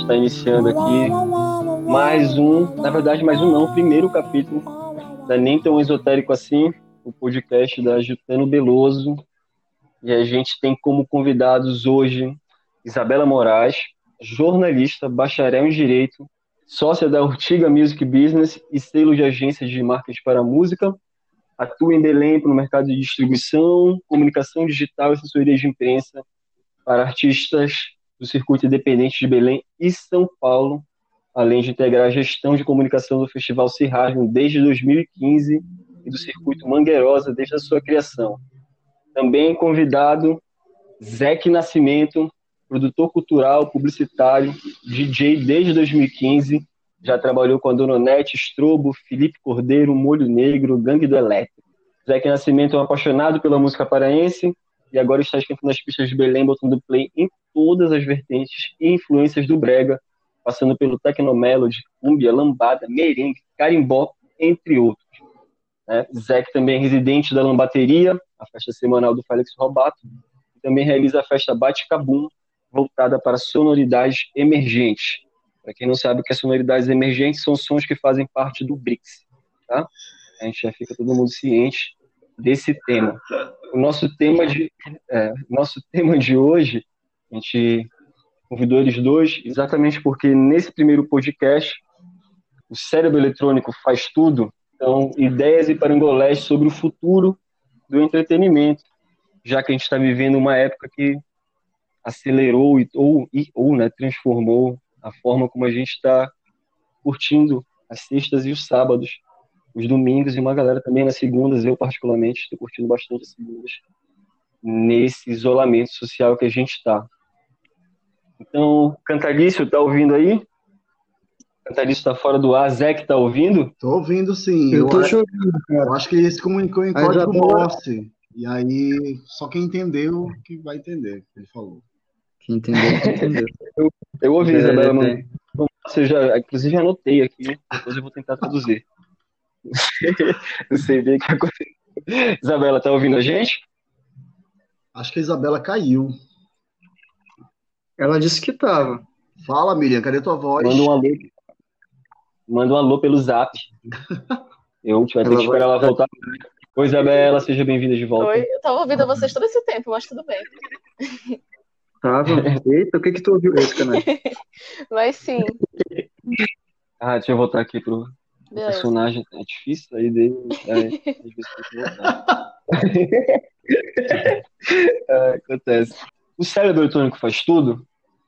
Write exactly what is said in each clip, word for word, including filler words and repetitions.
está iniciando aqui mais um, na verdade mais um não, o primeiro capítulo, não é nem tão esotérico assim, o podcast da Jutano Beloso. E a gente tem como convidados hoje Isabela Moraes, jornalista, bacharel em Direito, sócia da Urtiga Music Business e selo de agência de marketing para música. Atua em Belém no mercado de distribuição, comunicação digital e assessoria de imprensa para artistas do circuito independente de Belém e São Paulo, além de integrar a gestão de comunicação do Festival Cirrasmo desde dois mil e quinze e do circuito Mangueirosa desde a sua criação. Também convidado Zeque Nascimento, produtor cultural, publicitário, D J desde dois mil e quinze, já trabalhou com a Dona Onete, Strobo, Felipe Cordeiro, Molho Negro, Gangue do Elétrico. Zeque Nascimento é um apaixonado pela música paraense e agora está esquentando as pistas de Belém, botando play em todas as vertentes e influências do brega, passando pelo tecnomelody, cumbia, lambada, merengue, carimbó, entre outros. Né? Zeque também é residente da Lambateria, a festa semanal do Félix Robato, e também realiza a festa Bate Cabum, voltada para sonoridades emergentes. Para quem não sabe o que é sonoridades emergentes, são sons que fazem parte do BRICS. Tá? A gente já fica todo mundo ciente desse tema. O nosso tema de, é, nosso tema de hoje, a gente convidou eles dois, exatamente porque nesse primeiro podcast, o cérebro eletrônico faz tudo, então ideias e parangolés sobre o futuro do entretenimento, já que a gente está vivendo uma época que acelerou e, ou, e, ou né, transformou a forma como a gente está curtindo as sextas e os sábados, os domingos e uma galera também nas segundas. Eu particularmente estou curtindo bastante as segundas nesse isolamento social que a gente está. Então, Cantalício, tá ouvindo aí? Cantalício está fora do ar. Zé que tá ouvindo? Tô ouvindo, sim. Eu Eu, tô a- chorando, cara. eu acho que ele se comunicou em A código Isabela, Morse. E aí, só quem entendeu que vai entender o que ele falou. quem entendeu, quem entendeu. Eu, eu ouvi, É, Isabela, mano. Você já, inclusive, anotei aqui. Depois eu vou tentar traduzir. Não sei bem o que aconteceu. Isabela, tá ouvindo a gente? Acho que a Isabela caiu. ela disse que tava. Fala, Miriam, cadê tua voz? Manda um alô. Manda um alô pelo zap. Eu vai ter Ela que vai- esperar ela voltar. Oi, Isabela, seja bem-vinda de volta. Oi, eu tava ouvindo vocês todo esse tempo, mas tudo bem. Tava. Eita, o que que tu ouviu esse, canal? Mas sim, Ah, deixa eu voltar aqui pro beleza. personagem. É difícil sair dele. É, às vezes tem que voltar. É, acontece. O cérebro eletrônico faz tudo?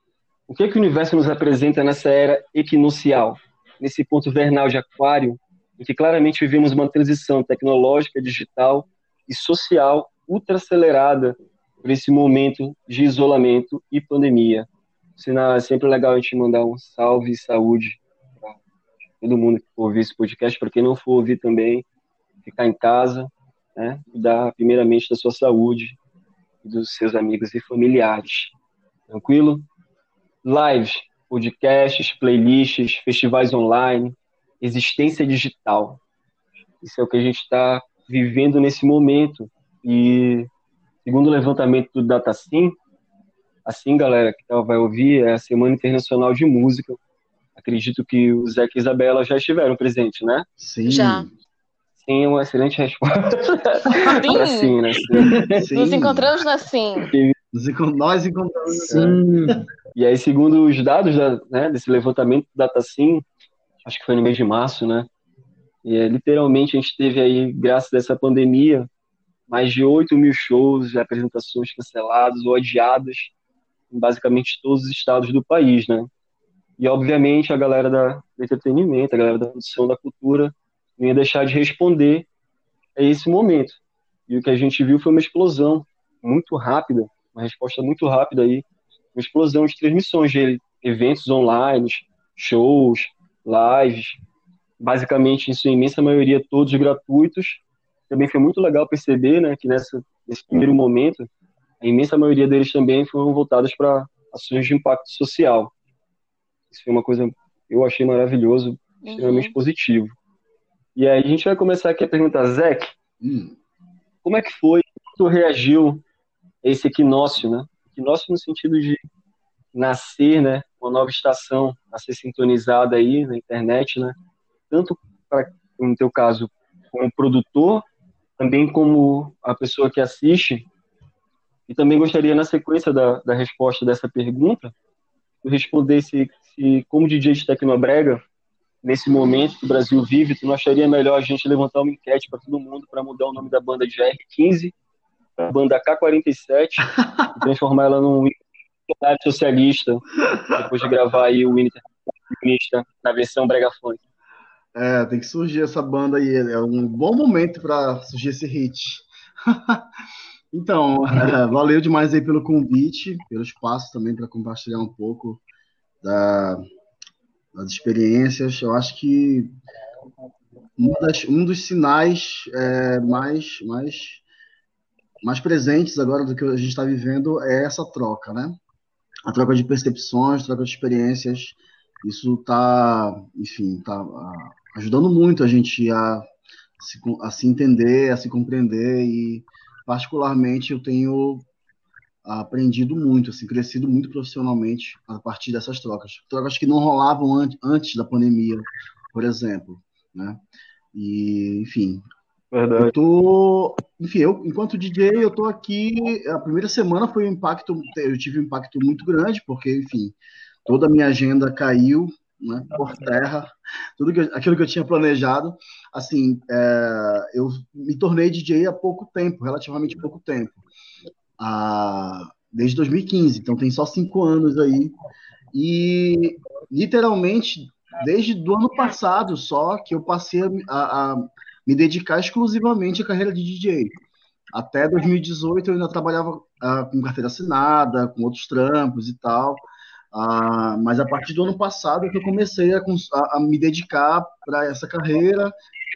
O que, que o universo nos representa nessa era equinocial? Nesse ponto vernal de aquário, em que claramente vivemos uma transição tecnológica, digital e social ultra acelerada por esse momento de isolamento e pandemia. Sinal, é sempre legal a gente mandar um salve e saúde para todo mundo que for ouvir esse podcast, para quem não for ouvir também, ficar em casa, né? Cuidar primeiramente da sua saúde e dos seus amigos e familiares. Tranquilo? Lives, podcasts, playlists, festivais online, existência digital. Isso é o que a gente está vivendo nesse momento. E, segundo o levantamento do DataSim, assim, galera, que vai ouvir, é a Semana Internacional de Música. Acredito que o Zeca e a Isabela já estiveram presentes, né? Sim. Já. Sim, é uma excelente resposta. Sim. Pra sim, né? Sim. Sim. Nos encontramos na Sim. Nos encon- Nós encontramos. Sim. E aí, segundo os dados da, né, desse levantamento do DataSim, acho que foi no mês de março, né? E é, literalmente a gente teve aí, graças a essa pandemia, mais de oito mil shows e apresentações canceladas ou adiadas em basicamente todos os estados do país, né? E, obviamente, a galera da, do entretenimento, a galera da produção da cultura, não ia deixar de responder a esse momento. E o que a gente viu foi uma explosão muito rápida, uma resposta muito rápida aí, uma explosão de transmissões de eventos online, shows, lives, basicamente, em sua imensa maioria, todos gratuitos. Também foi muito legal perceber, né, que nessa, nesse primeiro momento, a imensa maioria deles também foram voltados para ações de impacto social. Isso foi uma coisa que eu achei maravilhoso, extremamente Uhum. positivo. E aí a gente vai começar aqui a perguntar, Zeque, Hum. como é que foi, como tu reagiu a esse equinócio, né? Equinócio no sentido de nascer, né, uma nova estação a ser sintonizada aí na internet, né? Tanto para, no teu caso, como produtor, também como a pessoa que assiste. E também gostaria, na sequência da, da resposta dessa pergunta, tu respondesse se, como D J de Tecnobrega, nesse momento que o Brasil vive, tu não acharia melhor a gente levantar uma enquete para todo mundo para mudar o nome da banda de R quinze para a banda K quarenta e sete e transformar ela num Internacional Socialista, depois de gravar aí o Internacionalista na versão Brega Funk? É, tem que surgir essa banda aí. É um bom momento para surgir esse hit. Então, é, valeu demais aí pelo convite, pelo espaço também para compartilhar um pouco da, das experiências. Eu acho que um, das, um dos sinais é, mais, mais, mais presentes agora do que a gente está vivendo é essa troca, né? A troca de percepções, troca de experiências. Isso está, enfim, tá ajudando muito a gente a se, a se entender, a se compreender e particularmente, eu tenho aprendido muito, assim, crescido muito profissionalmente a partir dessas trocas. Trocas que não rolavam an antes da pandemia, por exemplo, né? E, enfim, Verdade. eu tô, enfim, eu, enquanto D J, eu tô aqui, a primeira semana foi um impacto, eu tive um impacto muito grande, porque, enfim, toda a minha agenda caiu, né, por terra, tudo que, aquilo que eu tinha planejado. Assim, é, eu me tornei D J há pouco tempo, relativamente pouco tempo, ah, desde dois mil e quinze, então tem só cinco anos aí, e literalmente desde do ano passado só que eu passei a, a, a me dedicar exclusivamente à carreira de D J. Até dois mil e dezoito eu ainda trabalhava ah, com carteira assinada, com outros trampos e tal. Ah, mas a partir do ano passado é que eu comecei a, a, a me dedicar para essa carreira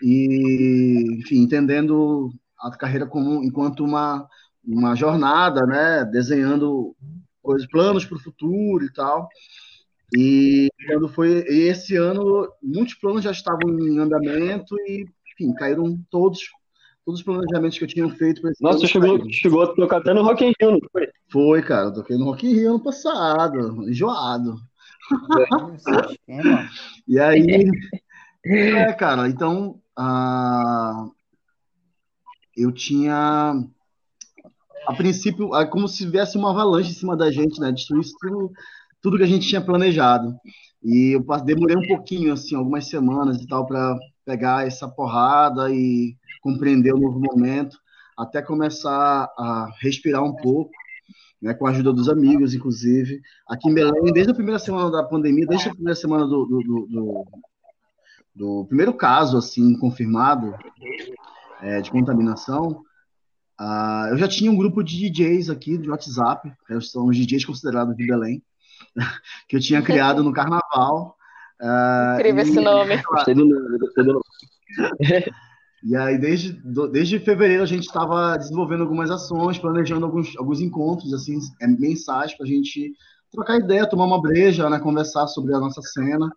e, enfim, entendendo a carreira como enquanto uma, uma jornada, né, desenhando coisas, planos para o futuro e tal. E quando foi esse ano, muitos planos já estavam em andamento e, enfim, caíram todos todos os planejamentos que eu tinha feito para esse Nossa, ano. chegou, chegou a tocar até no Rock in Rio, não foi? Foi, cara, eu toquei no Rock in Rio ano passado, enjoado. Esquema. E aí, é, cara, então, ah, eu tinha, a princípio, é como se viesse uma avalanche em cima da gente, né, destruísse tudo, tudo que a gente tinha planejado. E eu demorei um pouquinho, assim, algumas semanas e tal, para pegar essa porrada e compreender o novo momento, até começar a respirar um pouco, né, com a ajuda dos amigos, inclusive. Aqui em Belém, desde a primeira semana da pandemia, desde a primeira semana do, do, do, do, do primeiro caso, assim, confirmado, é, de contaminação, uh, eu já tinha um grupo de D Js aqui, de WhatsApp, que são os D Js considerados de Belém, que eu tinha criado no Carnaval. Uh, Incrível e, esse nome. Gostei do nome, gostei do nome. E aí, desde, desde fevereiro, a gente estava desenvolvendo algumas ações, planejando alguns, alguns encontros, assim, mensais, para a gente trocar ideia, tomar uma breja, né, conversar sobre a nossa cena.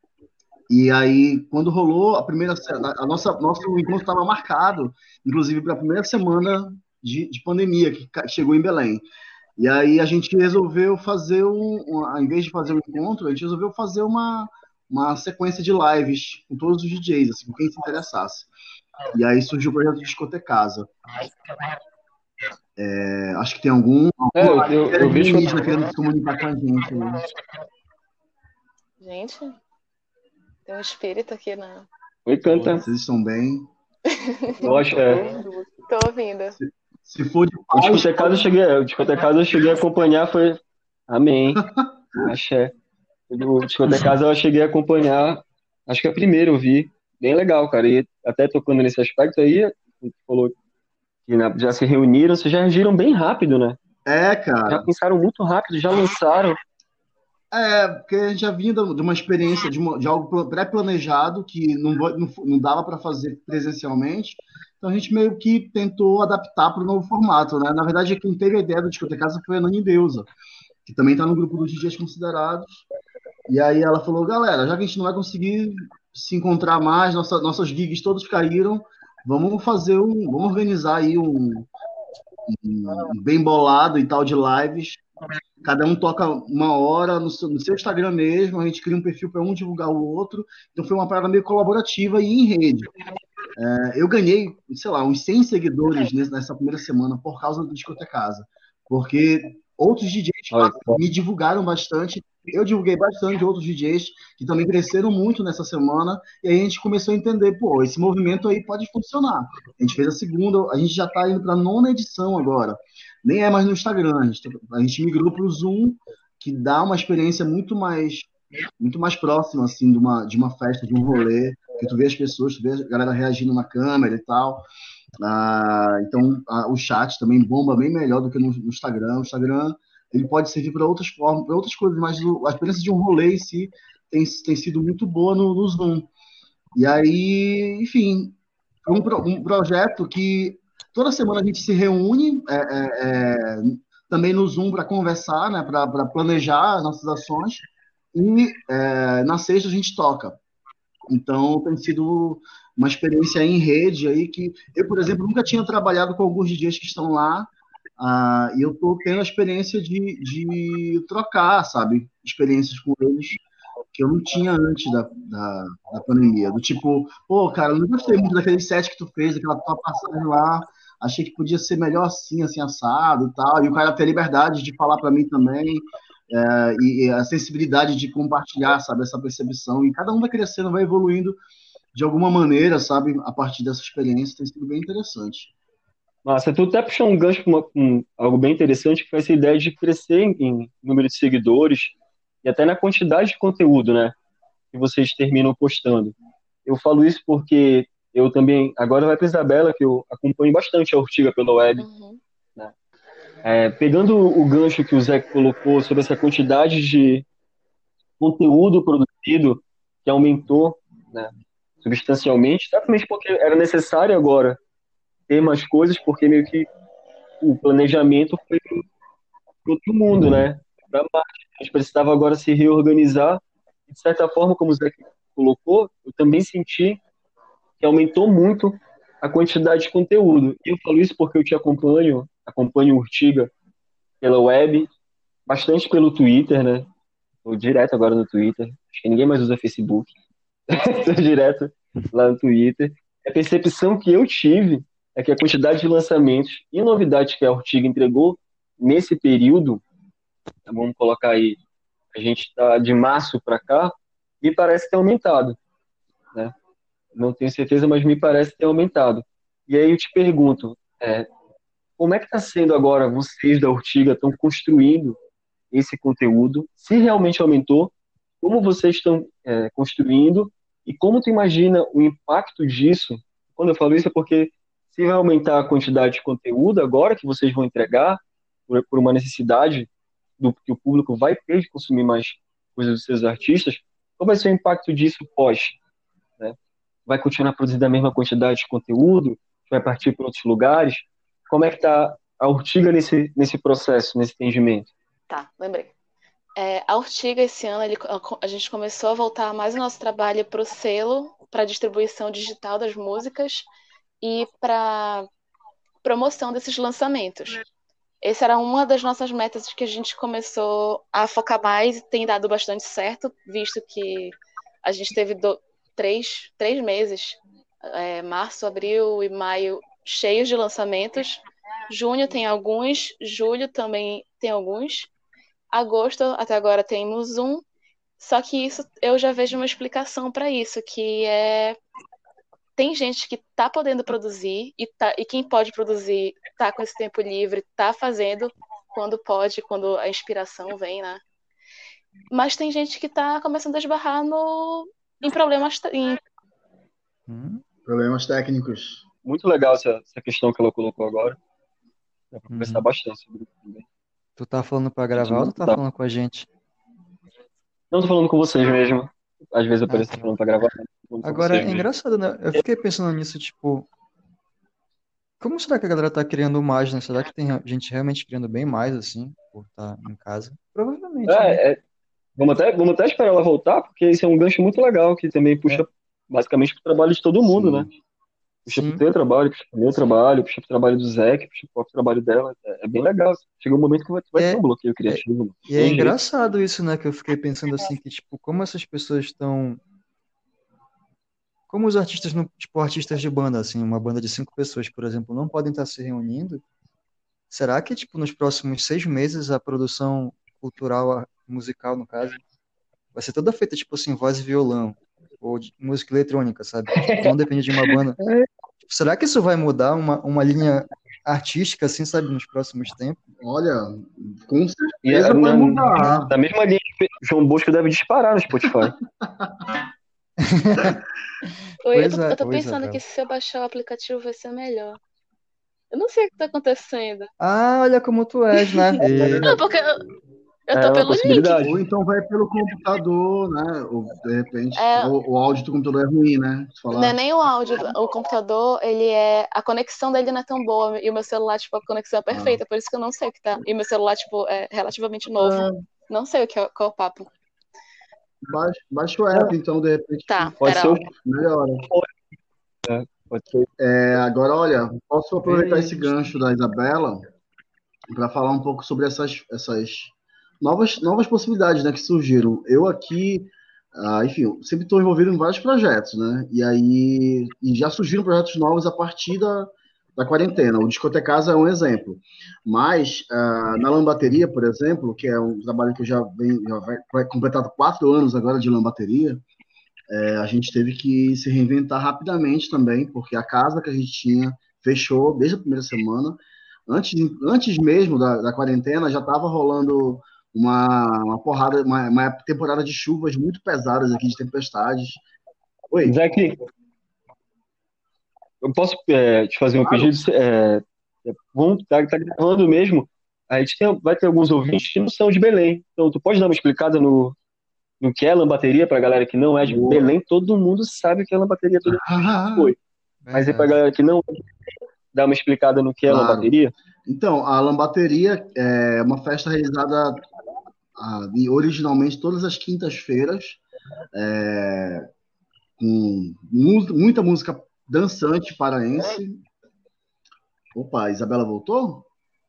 E aí, quando rolou a primeira a nossa nosso encontro estava marcado, inclusive para a primeira semana de, de pandemia que chegou em Belém. E aí a gente resolveu fazer um, um, ao invés de fazer um encontro, a gente resolveu fazer uma uma sequência de lives com todos os D Js, assim, com quem se interessasse. E aí surgiu o projeto Discotecasa. É, acho que tem algum. É, eu, eu, eu vi que... querendo se comunicar com a gente. Né? Gente, tem um espírito aqui na. Oi, canta. Vocês estão bem? Eu acho, é. Tô ouvindo. Se, se for de o Discotecasa eu cheguei, o Discotecasa eu cheguei a acompanhar, foi. Amém. Axé. O Discotecasa eu cheguei a acompanhar, acho que é a primeira eu vi. Bem legal, cara. E até tocando nesse aspecto aí, você falou que já se reuniram, vocês já agiram bem rápido, né? É, cara. Já pensaram muito rápido, já lançaram. É, porque a gente já vinha de uma experiência, de, uma, de algo pré-planejado, que não, não, não dava para fazer presencialmente. Então a gente meio que tentou adaptar para o novo formato, né? Na verdade, quem teve a ideia do Discotecasa foi a Nani Deusa, que também está no grupo dos D Js considerados. E aí ela falou, galera, já que a gente não vai conseguir se encontrar mais, nossa, nossas gigs todos caíram, vamos fazer um, vamos organizar aí um, um, um bem bolado e tal de lives Cada um toca uma hora no seu, no seu Instagram mesmo, a gente cria um perfil para um divulgar o outro. Então foi uma parada meio colaborativa e em rede. É, eu ganhei, sei lá, uns cem seguidores nessa primeira semana por causa do Discoteca Casa. Porque outros D Js Olha, me divulgaram bastante, eu divulguei bastante outros D Js que também cresceram muito nessa semana, e aí a gente começou a entender, pô, esse movimento aí pode funcionar. A gente fez a segunda, a gente já está indo para a nona edição agora. Nem é mais no Instagram, a gente, a gente migrou para o Zoom, que dá uma experiência muito mais muito mais próxima assim de uma de uma festa, de um rolê, que tu vê as pessoas, tu vê a galera reagindo na câmera e tal. Ah, então ah, o chat também bomba bem melhor do que no, no Instagram. O Instagram ele pode servir para outras formas, para outras coisas, mas o, a experiência de um rolê em si tem, tem sido muito boa no, no Zoom. E aí, enfim, é um, pro- um projeto que toda semana a gente se reúne, é, é, é, também no Zoom para conversar, né, para planejar as nossas ações, e é, na sexta a gente toca. Então tem sido uma experiência em rede aí que eu, por exemplo, nunca tinha trabalhado com alguns D Js que estão lá, ah, e eu estou tendo a experiência de, de trocar, sabe, experiências com eles que eu não tinha antes da, da, da pandemia. Do tipo, pô, cara, eu não gostei muito daquele set que tu fez, aquela tua passagem lá. Achei que podia ser melhor assim, assim, assado e tal. E o cara ter a liberdade de falar para mim também, é, e, e a sensibilidade de compartilhar, sabe, essa percepção. E cada um vai crescendo, vai evoluindo de alguma maneira, sabe, a partir dessa experiência. Tem sido bem interessante. Nossa, tu até puxou um gancho com, uma- com algo bem interessante, que foi essa ideia de crescer em, em número de seguidores e até na quantidade de conteúdo, né, que vocês terminam postando. Eu falo isso porque eu também, agora vai para Isabela, que eu acompanho bastante a Ortiga pela web, Uhum. né? É, pegando o gancho que o Zé colocou sobre essa quantidade de conteúdo produzido, que aumentou, né, substancialmente, exatamente porque era necessário agora ter mais coisas, porque meio que o planejamento foi para outro mundo, né? Para Marte. A gente precisava agora se reorganizar. E, de certa forma, como o Zé colocou, eu também senti que aumentou muito a quantidade de conteúdo. E eu falo isso porque eu te acompanho, acompanho o Urtiga pela web, bastante pelo Twitter, né? Estou direto agora no Twitter. Acho que ninguém mais usa Facebook. Estou direto lá no Twitter. A percepção que eu tive é que a quantidade de lançamentos e novidades que a Ortiga entregou nesse período, tá, vamos colocar aí, a gente está de março para cá, me parece ter aumentado, né? Não tenho certeza, mas me parece ter aumentado. E aí eu te pergunto, é, como é que está sendo agora, vocês da Ortiga estão construindo esse conteúdo? Se realmente aumentou, como vocês estão é, construindo e como tu imagina o impacto disso? Quando eu falo isso é porque se vai aumentar a quantidade de conteúdo agora que vocês vão entregar por, por uma necessidade do que o público vai ter de consumir mais coisas dos seus artistas, qual vai ser o impacto disso pós, né? Vai continuar produzindo a mesma quantidade de conteúdo? Vai partir para outros lugares? Como é que está a Ortiga nesse, nesse processo, nesse entendimento? Tá, lembrei. É, a Ortiga, esse ano, ele- a gente começou a voltar mais o nosso trabalho para o selo, para distribuição digital das músicas e para promoção desses lançamentos. Essa era uma das nossas metas que a gente começou a focar mais e tem dado bastante certo, visto que a gente teve do, três, três meses, é, março, abril e maio, cheios de lançamentos. Junho tem alguns, julho também tem alguns. Agosto, até agora, temos um. Só que isso eu já vejo uma explicação para isso, que é tem gente que está podendo produzir e, tá, e quem pode produzir está com esse tempo livre, está fazendo quando pode, quando a inspiração vem, né? Mas tem gente que está começando a esbarrar no, em problemas. Em... Hum, Problemas técnicos. Muito legal essa, essa questão que ela colocou agora. Dá para conversar uhum. bastante sobre isso também. Tu tá falando pra A gente gravar ou não tu tá tá- falando com a gente? não tô falando com vocês mesmo. Às vezes eu Ah, pareço tá. falando para gravar, mas tô falando com Agora, vocês é mesmo. engraçado, né? Eu fiquei pensando nisso, tipo, como será que a galera tá criando mais, né? Será que tem gente realmente criando bem mais, assim, por estar em casa? Provavelmente, né? É, é, vamos até, vamos até esperar ela voltar, porque esse é um gancho muito legal que também É, puxa basicamente para o trabalho de todo mundo, né? Sim. puxa pro Sim. teu trabalho, puxa pro meu trabalho, puxa pro trabalho do Zé, puxa pro trabalho dela. É, é bem legal. Chega um momento que vai, E vai ter um é, bloqueio é, criativo, não e é tem jeito. engraçado isso, né? Que eu fiquei pensando assim, que, tipo, como essas pessoas estão. Como os artistas, não, tipo, artistas de banda, assim, uma banda de cinco pessoas, por exemplo, não podem estar se reunindo. Será que, tipo, nos próximos seis meses a produção cultural, a- musical, no caso, vai ser toda feita, tipo assim, voz e violão, ou de música eletrônica, sabe? Tipo, não depende de uma banda. Tipo, será que isso vai mudar uma, uma linha artística, assim, sabe, nos próximos tempos? Olha, com E a- certeza vai na, mudar. na mesma linha, João Bosco deve disparar no Spotify. Oi, eu Pois tô, é, eu tô oi, pensando que Isabela. se eu baixar o aplicativo vai ser melhor. Eu não sei o que tá acontecendo. Ah, olha como tu és, né? E... Não, porque eu, eu É tô uma pelo link. possibilidade. Ou então vai pelo computador, né? Ou, de repente, É, o, o áudio do computador é ruim, né? Se não é falar. nem o áudio. O computador, ele é. A conexão dele não é tão boa. E o meu celular, tipo, a conexão é Ah. perfeita. Por isso que eu não sei o que tá. E o meu celular, tipo, é relativamente novo. É, Não sei o que é, qual é o papo. baixa, baixa o app, então, de repente, Tá, Pode ser pera, o ó. melhora. é, pode ser. É, agora, olha, posso Vê aproveitar aí, esse Gustavo. gancho da Isabela para falar um pouco sobre essas, essas novas, novas possibilidades, né, que surgiram. Eu aqui, ah, enfim, eu sempre estou envolvido em vários projetos, né? E aí e já surgiram projetos novos a partir da, da quarentena. O Discotecasa é um exemplo. Mas ah, na Lambateria, por exemplo, que é um trabalho que eu já venho, já vai, vai completar quatro anos agora de Lambateria, é, a gente teve que se reinventar rapidamente também, porque a casa que a gente tinha fechou desde a primeira semana. Antes, antes mesmo da, da quarentena, já estava rolando uma, uma porrada, uma, uma temporada de chuvas muito pesadas aqui, de tempestades. Oi, Zé, eu posso é, te fazer um claro. pedido? É, é, vamos, tá, tá gravando mesmo. A gente tem, vai ter alguns ouvintes que não são de Belém. Então, tu pode dar uma explicada no, no que é lambateria para a galera que não é de Boa. Belém? Todo mundo sabe que é lambateria, todo mundo já foi. Mas é para a Verdade. galera que não dá uma explicada no que é Claro. lambateria? Então, a Lambateria é uma festa realizada ah, e originalmente todas as quintas-feiras, é, com mu- muita música dançante paraense. Opa, a Isabela voltou?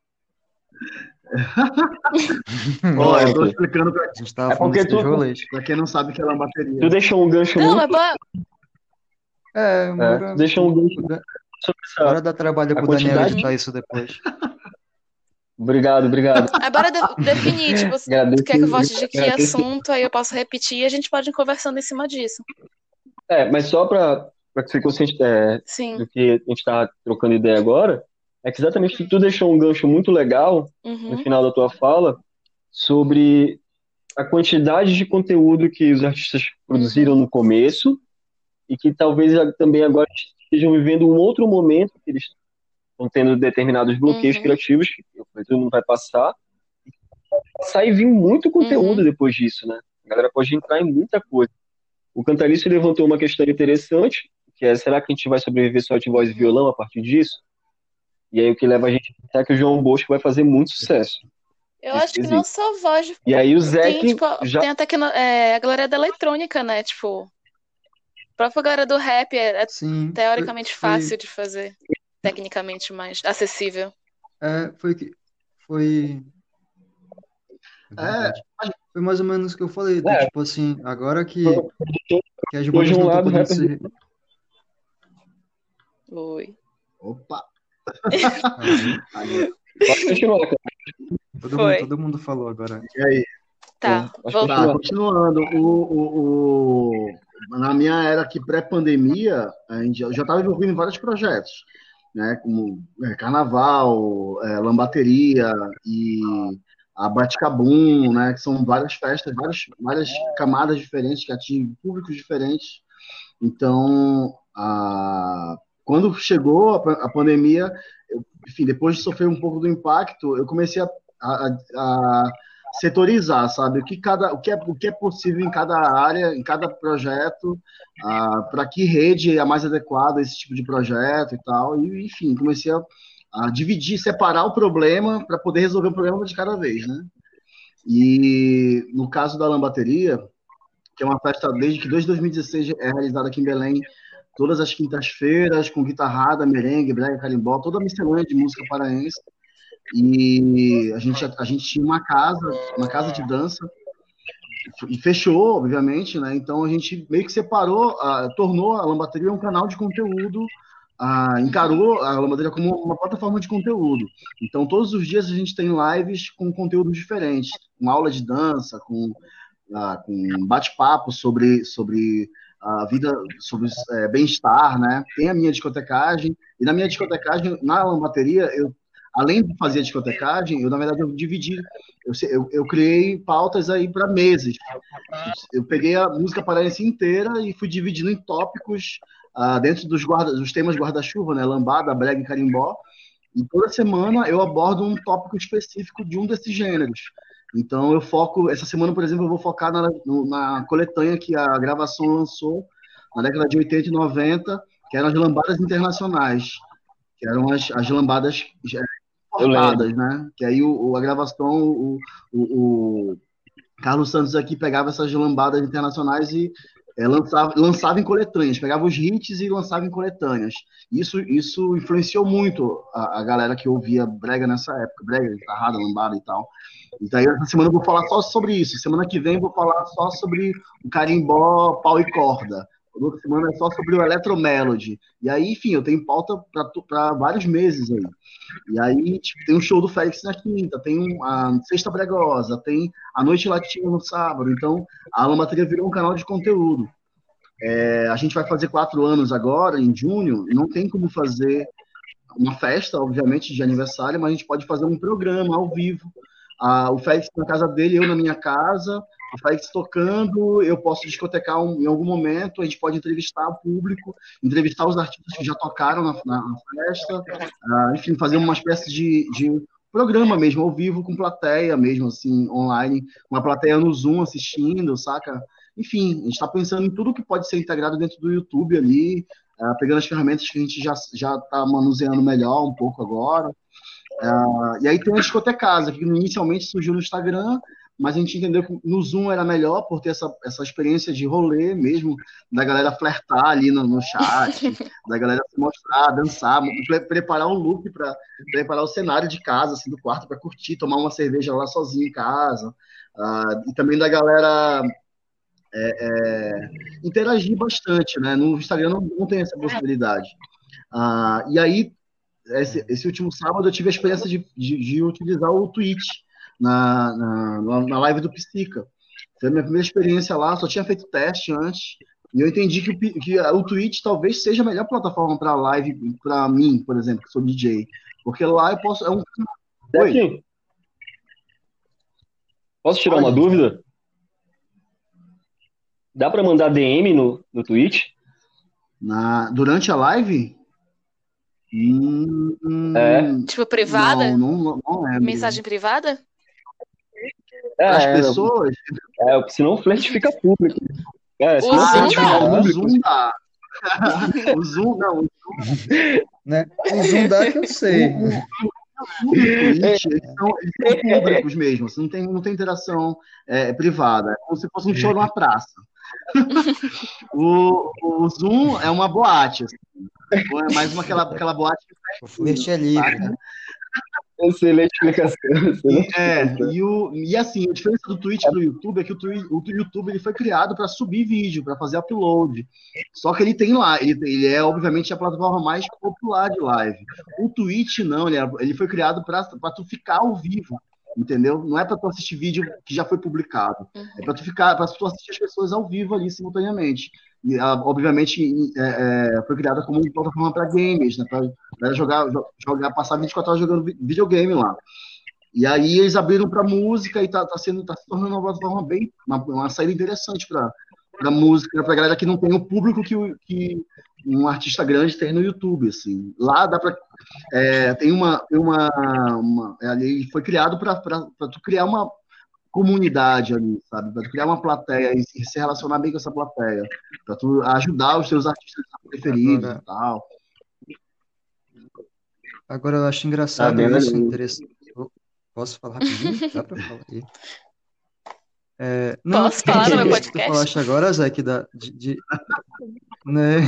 Ó, eu tô Pronto. explicando A gente tava É falando porque desses tu, rolês. para quem não sabe o que é lambateria. tu deixou um gancho Não, muito. mas bora. É, É, tu bora, deixou um o, gancho o Dan- sobre essa, bora dar trabalho a pro Daniel quantidade. editar isso depois. Obrigado, obrigado. Aí bora de- definir, tipo, tu Agradeço, quer que eu volte de que agradeço. assunto, aí eu posso repetir e a gente pode ir conversando em cima disso. É, mas só para que você fique consciente é, Sim. do que a gente está trocando ideia agora, é que exatamente que tu deixou um gancho muito legal no Uhum. final da tua fala sobre a quantidade de conteúdo que os artistas produziram Uhum. no começo e que talvez também agora estejam vivendo um outro momento que eles estão tendo determinados bloqueios Uhum. criativos que eu falei, todo mundo vai passar, passar e vir muito conteúdo Uhum. depois disso, né? A galera pode entrar em muita coisa. O Cantalice levantou uma questão interessante, que é, será que a gente vai sobreviver só de voz e Uhum. violão a partir disso? E aí o que leva a gente a pensar que o João Bosco vai fazer muito sucesso Eu nesse acho que não quesito. só voz. E aí o Tem, Zeke tipo, já... tem até que é, a galera da eletrônica, né? Tipo, a própria galera do rap é, é Sim, foi, teoricamente foi, fácil de fazer, tecnicamente mais acessível. é, foi que foi, é É, verdade. Foi mais ou menos o que eu falei, do É, tipo assim, agora que, que as hoje bandas um não estão lado, podendo rapper... se. Oi. opa, Alô? agora. Pode continuar, cara. Todo mundo, Foi. todo mundo falou agora. E aí? Tá, Pode vou. Tá, continuar. continuando. O, o, o- na minha era aqui pré-pandemia, a gente, eu já estava envolvido em vários projetos, né? Como é, Carnaval, é, Lambateria e a Baticabum, né? Que são várias festas, várias, várias camadas diferentes que atingem públicos diferentes. Então, a, quando chegou a, pa- a pandemia, eu, enfim, depois de sofrer um pouco do impacto, eu comecei a, a, a setorizar, sabe? O que, cada, o, que é, o que é possível em cada área, em cada projeto, ah, para que rede é a mais adequada a esse tipo de projeto e tal. E, enfim, comecei a, a dividir, separar o problema para poder resolver o problema de cada vez, né? E no caso da Lambateria, que é uma festa desde que desde dois mil e dezesseis é realizada aqui em Belém, todas as quintas-feiras, com guitarrada, merengue, brega, carimbó, toda a miscelânea de música paraense. E a gente, a gente tinha uma casa, uma casa de dança, e fechou, obviamente, né? Então a gente meio que separou, uh, tornou a Lambateria um canal de conteúdo, uh, encarou a Lambateria como uma plataforma de conteúdo. Então todos os dias a gente tem lives com conteúdos diferentes, com aula de dança, com, uh, com bate-papo sobre, sobre a vida, sobre é, bem-estar, né? Tem a minha discotecagem, e na minha discotecagem, na Lambateria, eu além de fazer a discotecagem, eu, na verdade, eu dividi, eu, eu, eu criei pautas aí para meses. Eu peguei a música paraense inteira e fui dividindo em tópicos uh, dentro dos, guarda, dos temas guarda-chuva, né? Lambada, brega e carimbó. E toda semana eu abordo um tópico específico de um desses gêneros. Então eu foco, essa semana, por exemplo, eu vou focar na, na coletânea que a gravação lançou na década de oitenta e noventa, que eram as lambadas internacionais, que eram as, as lambadas importadas, né? Que aí o, a gravação, o, o, o Carlos Santos aqui pegava essas lambadas internacionais e é, lançava, lançava em coletâneas, pegava os hits e lançava em coletâneas. Isso, isso influenciou muito a, a galera que ouvia brega nessa época, brega, guitarrada, lambada e tal. Então, essa semana eu vou falar só sobre isso. Semana que vem eu vou falar só sobre o carimbó, pau e corda. Outra semana é só sobre o Electromelody. E aí, enfim, eu tenho pauta para vários meses aí. E aí, tipo, tem um show do Félix na quinta, tem um, a Sexta Bregosa, tem a Noite Latina no sábado. Então, a Lambateria virou um canal de conteúdo. É, a gente vai fazer quatro anos agora, em junho, e não tem como fazer uma festa, obviamente, de aniversário, mas a gente pode fazer um programa ao vivo. Ah, o Félix na casa dele, eu na minha casa, o Félix tocando, eu posso discotecar um, em algum momento, a gente pode entrevistar o público, entrevistar os artistas que já tocaram na, na, na festa, ah, enfim, fazer uma espécie de, de programa mesmo, ao vivo, com plateia mesmo, assim, online, uma plateia no Zoom assistindo, saca? Enfim, a gente está pensando em tudo que pode ser integrado dentro do YouTube ali, ah, pegando as ferramentas que a gente já já está manuseando melhor um pouco agora. Ah, e aí tem a discotecasa, que inicialmente surgiu no Instagram, mas a gente entendeu que no Zoom era melhor por ter essa, essa experiência de rolê mesmo, da galera flertar ali no, no chat, da galera se mostrar, dançar, pre preparar um look para preparar o cenário de casa, assim, do quarto, para curtir, tomar uma cerveja lá sozinho em casa. Uh, e também da galera é, é, interagir bastante, né? No Instagram não, não tem essa possibilidade. Uh, e aí, esse, esse último sábado, eu tive a experiência de, de, de utilizar o Twitch, Na, na, na live do Psica. Foi a minha primeira experiência lá, só tinha feito teste antes, e eu entendi que o, que o Twitch talvez seja a melhor plataforma para live, para mim, por exemplo, que sou D J. Porque lá eu posso. É um... Oi? Posso tirar Oi. uma dúvida? Dá para mandar D M no, no Twitch? Na, durante a live? Hum, é. Tipo, privada? Não, não, não é. Mensagem privada? É, As pessoas? É, senão o flerte fica público. É, o Zoom dá. O Zoom dá. O Zoom não. O Zoom, né? O Zoom dá que eu sei. O, o, o Twitch, eles são, eles são públicos mesmo. Não tem, não tem interação é, privada. É como se fosse um show numa praça. o, o Zoom é uma boate. Assim. É mais uma aquela, aquela boate. O flerte é livre, né? Excelente explicação. E, é, e, o, e assim, a diferença do Twitch para o YouTube é que o, o YouTube ele foi criado para subir vídeo, para fazer upload. Só que ele tem lá, ele, ele é obviamente a plataforma mais popular de live. O Twitch não, ele, é, ele foi criado para tu ficar ao vivo, entendeu? Não é para tu assistir vídeo que já foi publicado. É para tu ficar, para tu assistir as pessoas ao vivo ali simultaneamente. E, obviamente, é, é, foi criada como uma plataforma para games, né? Para jogar, jogar, passar vinte e quatro horas jogando videogame lá. E aí eles abriram para música e tá, tá, sendo, tá se tornando uma plataforma bem, uma, uma saída interessante para para música, para galera que não tem o público que, que um artista grande tem no YouTube, assim. Lá dá para é, tem uma, tem uma, uma ele foi criado para tu criar uma comunidade ali, sabe? Para tu criar uma plateia e se relacionar bem com essa plateia, para tu ajudar os teus artistas preferidos agora, e tal. Agora eu acho engraçado ah, isso, interessante. Posso falar rapidinho? Dá para falar aí? É, não, Posso falar no meu podcast? Tu falaste agora, Zé, que da, de, de... Né?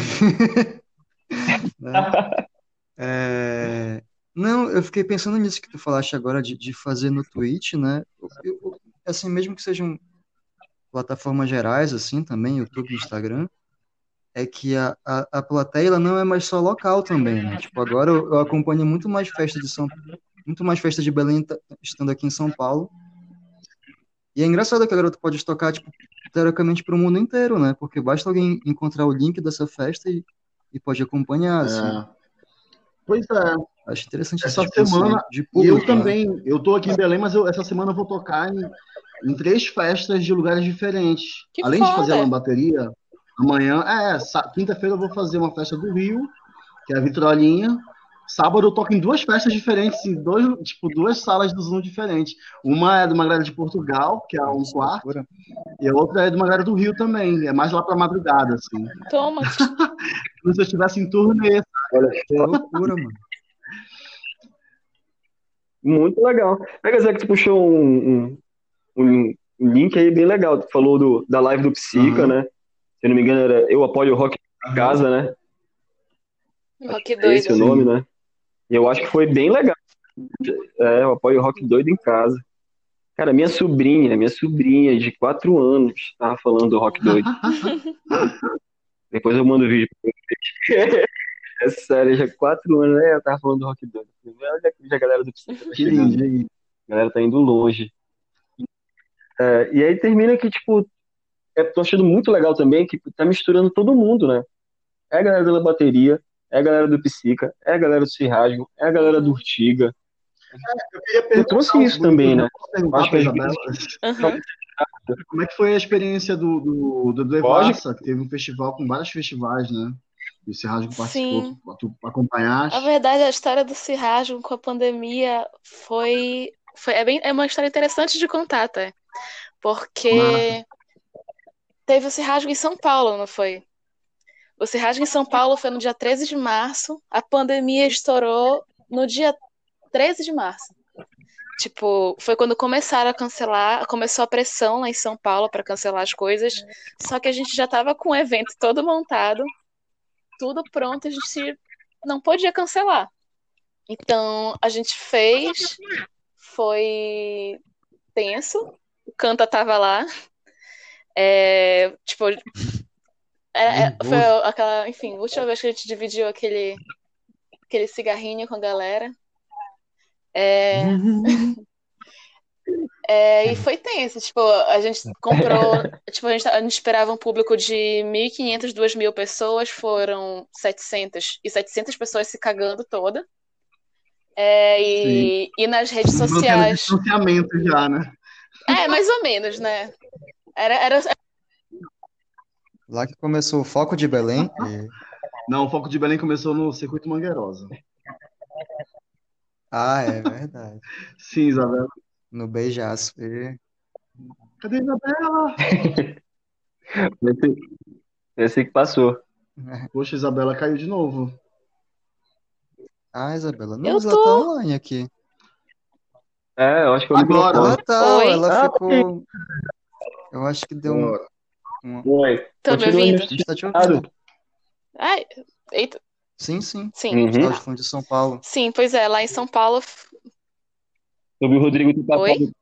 Né? É, Não, eu fiquei pensando nisso que tu falaste agora de, de fazer no Twitch, né? Eu, eu- assim, mesmo que sejam plataformas gerais, assim, também, YouTube, Instagram, é que a, a, a plateia ela não é mais só local também, né? Tipo, agora eu, eu acompanho muito mais festa de São, muito mais festa de Belém tá- estando aqui em São Paulo. E é engraçado que agora tu pode tocar, tipo, teoricamente para o mundo inteiro, né? Porque basta alguém encontrar o link dessa festa e, e pode acompanhar, assim. É, pois é, Acho interessante essa essa expansão semana, de, de e eu público, né? também, eu tô aqui em Belém, mas eu- essa semana eu vou tocar em, em três festas de lugares diferentes. Que Além de fazer a foda! lambateria, amanhã, é, sa- quinta-feira eu vou fazer uma festa do Rio, que é a Vitrolinha. Sábado eu toco em duas festas diferentes, em dois, tipo, duas salas do Zoom diferentes. Uma é de uma galera de Portugal, que é um Nossa, que quarto, loucura. e a outra é de uma galera do Rio também, é mais lá pra madrugada, assim. Toma. Como se eu estivesse em turnê. Olha Que só, loucura, mano. muito legal. É, quer dizer que tu puxou um, um, um link aí bem legal. Tu falou do, da live do Psica, Aham, né? Se eu não me engano, era Eu Apoio o Rock em aham, Casa, né? Rock É esse doido. o nome, sim. né? E eu acho que foi bem legal. É, eu apoio o Rock Doido em Casa. Cara, minha sobrinha, minha sobrinha de quatro anos, tava falando do Rock Doido. Depois eu mando o vídeo pra você. É sério, já quatro anos, né? Eu tava falando do Rock Doido. Olha que a galera do Psica tá Que lindo. chegando. A galera tá indo longe. É, e aí termina que, tipo, eu tô achando muito legal também que tá misturando todo mundo, né? É a galera da bateria, é a galera do Psica, é a galera do Cirrasgo, é a galera do Uhum. Urtiga. Eu queria Eu perguntar, trouxe isso também, inclusive, né? eu posso Eu perguntar acho que para às Isabela, vezes, Uhum. como é que foi a experiência do, do, do lógico, Devassa, que teve um festival com vários festivais, né? E o Serrasco participou, Sim. tu A acompanhaste. verdade, a história do Cirrasgo com a pandemia foi, foi é, bem, é uma história interessante de contar, até. Massa. Porque teve o Cirrasgo em São Paulo, não foi? O Cirrasgo em São Paulo foi no dia treze de março. A pandemia estourou no dia treze de março. Tipo, foi quando começaram a cancelar, começou a pressão lá em São Paulo para cancelar as coisas. Só que a gente já tava com o evento todo montado, tudo pronto, a gente não podia cancelar. Então, a gente fez, foi tenso, o Canta tava lá, é, tipo, é, é, foi Nervoso. aquela, enfim, última vez que a gente dividiu aquele, aquele cigarrinho com a galera. É, é, e foi tenso, tipo, a gente comprou, tipo, a gente, a gente esperava um público de mil e quinhentas, duas mil pessoas, foram setecentas, e setecentas pessoas se cagando toda. É, Sim. e, e nas redes Mantendo sociais. distanciamento já, né? É, mais ou menos, né? Era, era, Lá que começou o Foco de Belém. E... Não, o Foco de Belém começou no Circuito Mangueirosa. Ah, é verdade. Sim, Isabela. No Beijaço. E... Cadê a Isabela? esse, esse que passou. Poxa, a Isabela caiu de novo. Ah, Isabela. Não, eu mas ela tá tô. online aqui. É, eu acho que é o Agora. Ela microfone. tá, Oi, ela Ah, tá aí. ficou. Eu acho que deu um. Agora. um- Oi. tá me Continua aí, ouvindo? A gente tá te ouvindo. misturado. Ai, eita, Sim, sim. sim. A gente Uhum. tava falando de São Paulo. Sim, pois é, lá em São Paulo. Sobre o Rodrigo ter Oi? passado,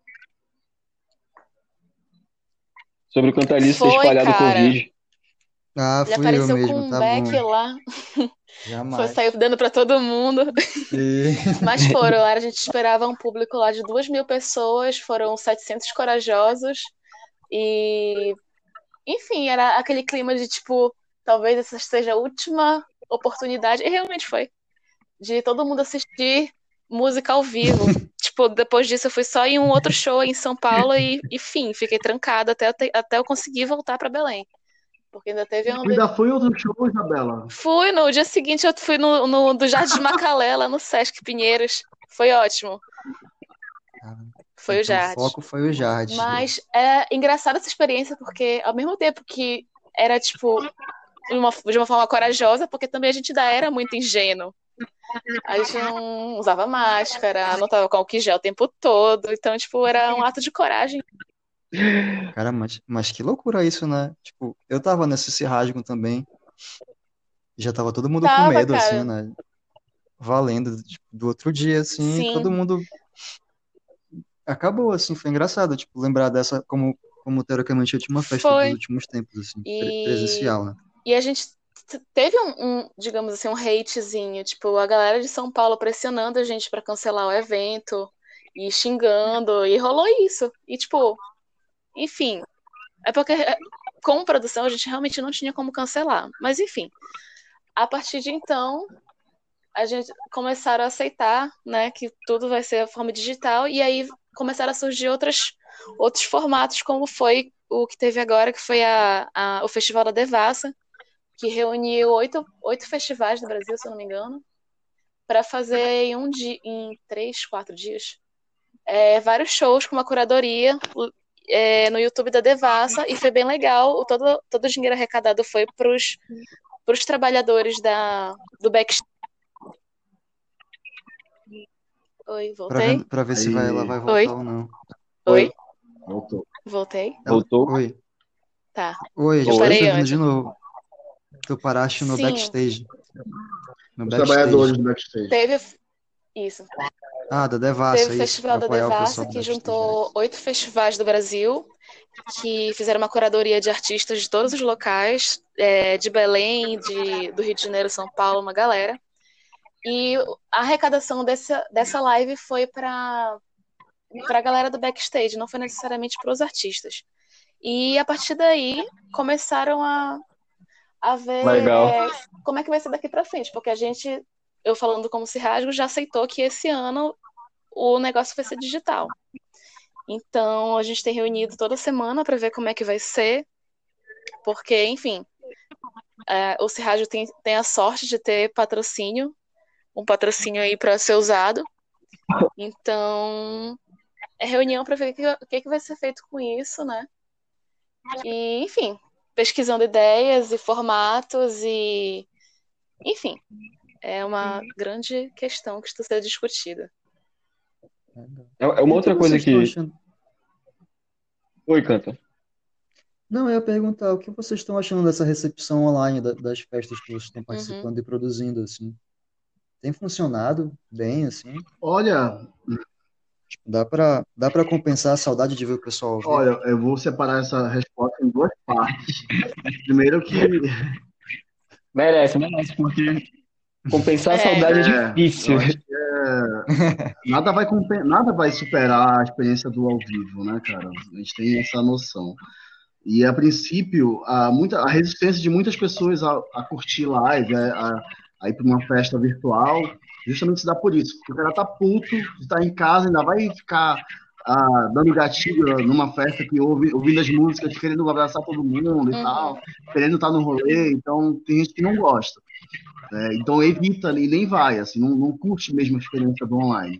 sobre o Cantalice ter Foi, espalhado o cara. Covid. Ah, Ele fui eu apareceu com mesmo, um tá beck bom. lá. Foi, saiu Jamais. dando pra todo mundo. E... Mas foram, a gente esperava um público lá de duas mil pessoas, foram setecentos corajosos. E, enfim, era aquele clima de tipo, talvez essa seja a última oportunidade, e realmente foi, de todo mundo assistir música ao vivo. Tipo, depois disso eu fui só em um outro show em São Paulo e, enfim, fiquei trancada até, eu te- até eu conseguir voltar pra Belém. Porque ainda teve uma. Ainda foi outro show, Isabela? Fui, no dia seguinte eu fui no, no do Jardim de Macalé, lá no Sesc Pinheiros. Foi ótimo. Foi o Então o Jade. foco foi o Jade. Mas é engraçada essa experiência, porque ao mesmo tempo que era, tipo, uma, de uma forma corajosa, porque também a gente ainda era muito ingênuo. A gente não usava máscara, não tava com álcool em gel o tempo todo. Então, tipo, era um ato de coragem. Cara, mas, mas que loucura isso, né? Tipo, eu tava nesse Cirrasgo também. Já tava todo mundo com Tava, medo, assim, cara. né? Valendo, tipo, do outro dia, assim, todo Sim, mundo acabou, assim, foi engraçado, tipo, lembrar dessa como, como teoricamente a última festa dos foi. últimos tempos, assim, pre- E, presencial, né? e a gente t- teve um, um, digamos assim, um hatezinho. Tipo, a galera de São Paulo pressionando a gente pra cancelar o evento e xingando. E rolou isso. E, tipo, enfim. É porque, é, com produção, a gente realmente não tinha como cancelar. Mas, enfim. A partir de então, a gente começaram a aceitar, né, que tudo vai ser a forma digital, e aí começaram a surgir outras, outros formatos, como foi o que teve agora, que foi a, a, o Festival da Devassa, que reuniu oito, oito festivais do Brasil, se eu não me engano, para fazer em um dia, em três, quatro dias, é, vários shows com uma curadoria é, no YouTube da Devassa, e foi bem legal. O, todo, todo o dinheiro arrecadado foi para os trabalhadores da, do backstage. Oi, Pra, ver, voltei? pra ver se vai, ela Aí, vai Oi? voltar ou não. Oi? voltou. Voltei? Ela, Voltou? oi, Tá. oi, a Eu gente tá te Oi? parei ouvindo de antes. novo. Tu paraste no Sim, backstage, no Os backstage. trabalhadores do backstage. teve isso. Ah, da Teve Devassa, o é isso, Festival pra da apoiar o Devassa, pessoal do que backstage. juntou oito festivais do Brasil, que fizeram uma curadoria de artistas de todos os locais, é, de Belém, de, do Rio de Janeiro, São Paulo, uma galera. E a arrecadação dessa, dessa live foi para a galera do backstage, não foi necessariamente para os artistas. E a partir daí começaram a, a ver Legal. é, como é que vai ser daqui para frente, porque a gente, eu falando como se rasgo, já aceitou que esse ano o negócio vai ser digital. Então a gente tem reunido toda semana para ver como é que vai ser, porque, enfim, é, o Cirrádio tem, tem a sorte de ter patrocínio, um patrocínio aí para ser usado. Então, é reunião para ver o que, o que, que vai ser feito com isso, né? E, enfim, pesquisando ideias e formatos e, enfim, é uma grande questão que está sendo discutida. É é E uma o que outra coisa vocês estão que. achando? Oi, Canta. Não, eu ia perguntar, o que vocês estão achando dessa recepção online da- das festas que vocês estão Uhum. participando e produzindo, assim? Tem funcionado bem, assim? Olha, Tipo, dá pra, dá pra compensar a saudade de ver o pessoal ao vivo? olha, eu vou separar essa resposta em duas partes. Primeiro que Merece, merece, porque compensar a É, saudade é é, difícil. eu acho que nada vai, compen- nada vai superar a experiência do ao vivo, né, cara? A gente tem essa noção. E a princípio, a, muita, a resistência de muitas pessoas a, a curtir live, a, a, a ir para uma festa virtual, justamente se dá por isso. Porque o cara tá puto de estar em casa, ainda vai ficar ah, dando gatilho numa festa que ouve, ouvindo as músicas, querendo abraçar todo mundo e uhum. tal, querendo estar no rolê. Então, tem gente que não gosta. É, então, evita e nem vai, assim, não, não curte mesmo a experiência do online.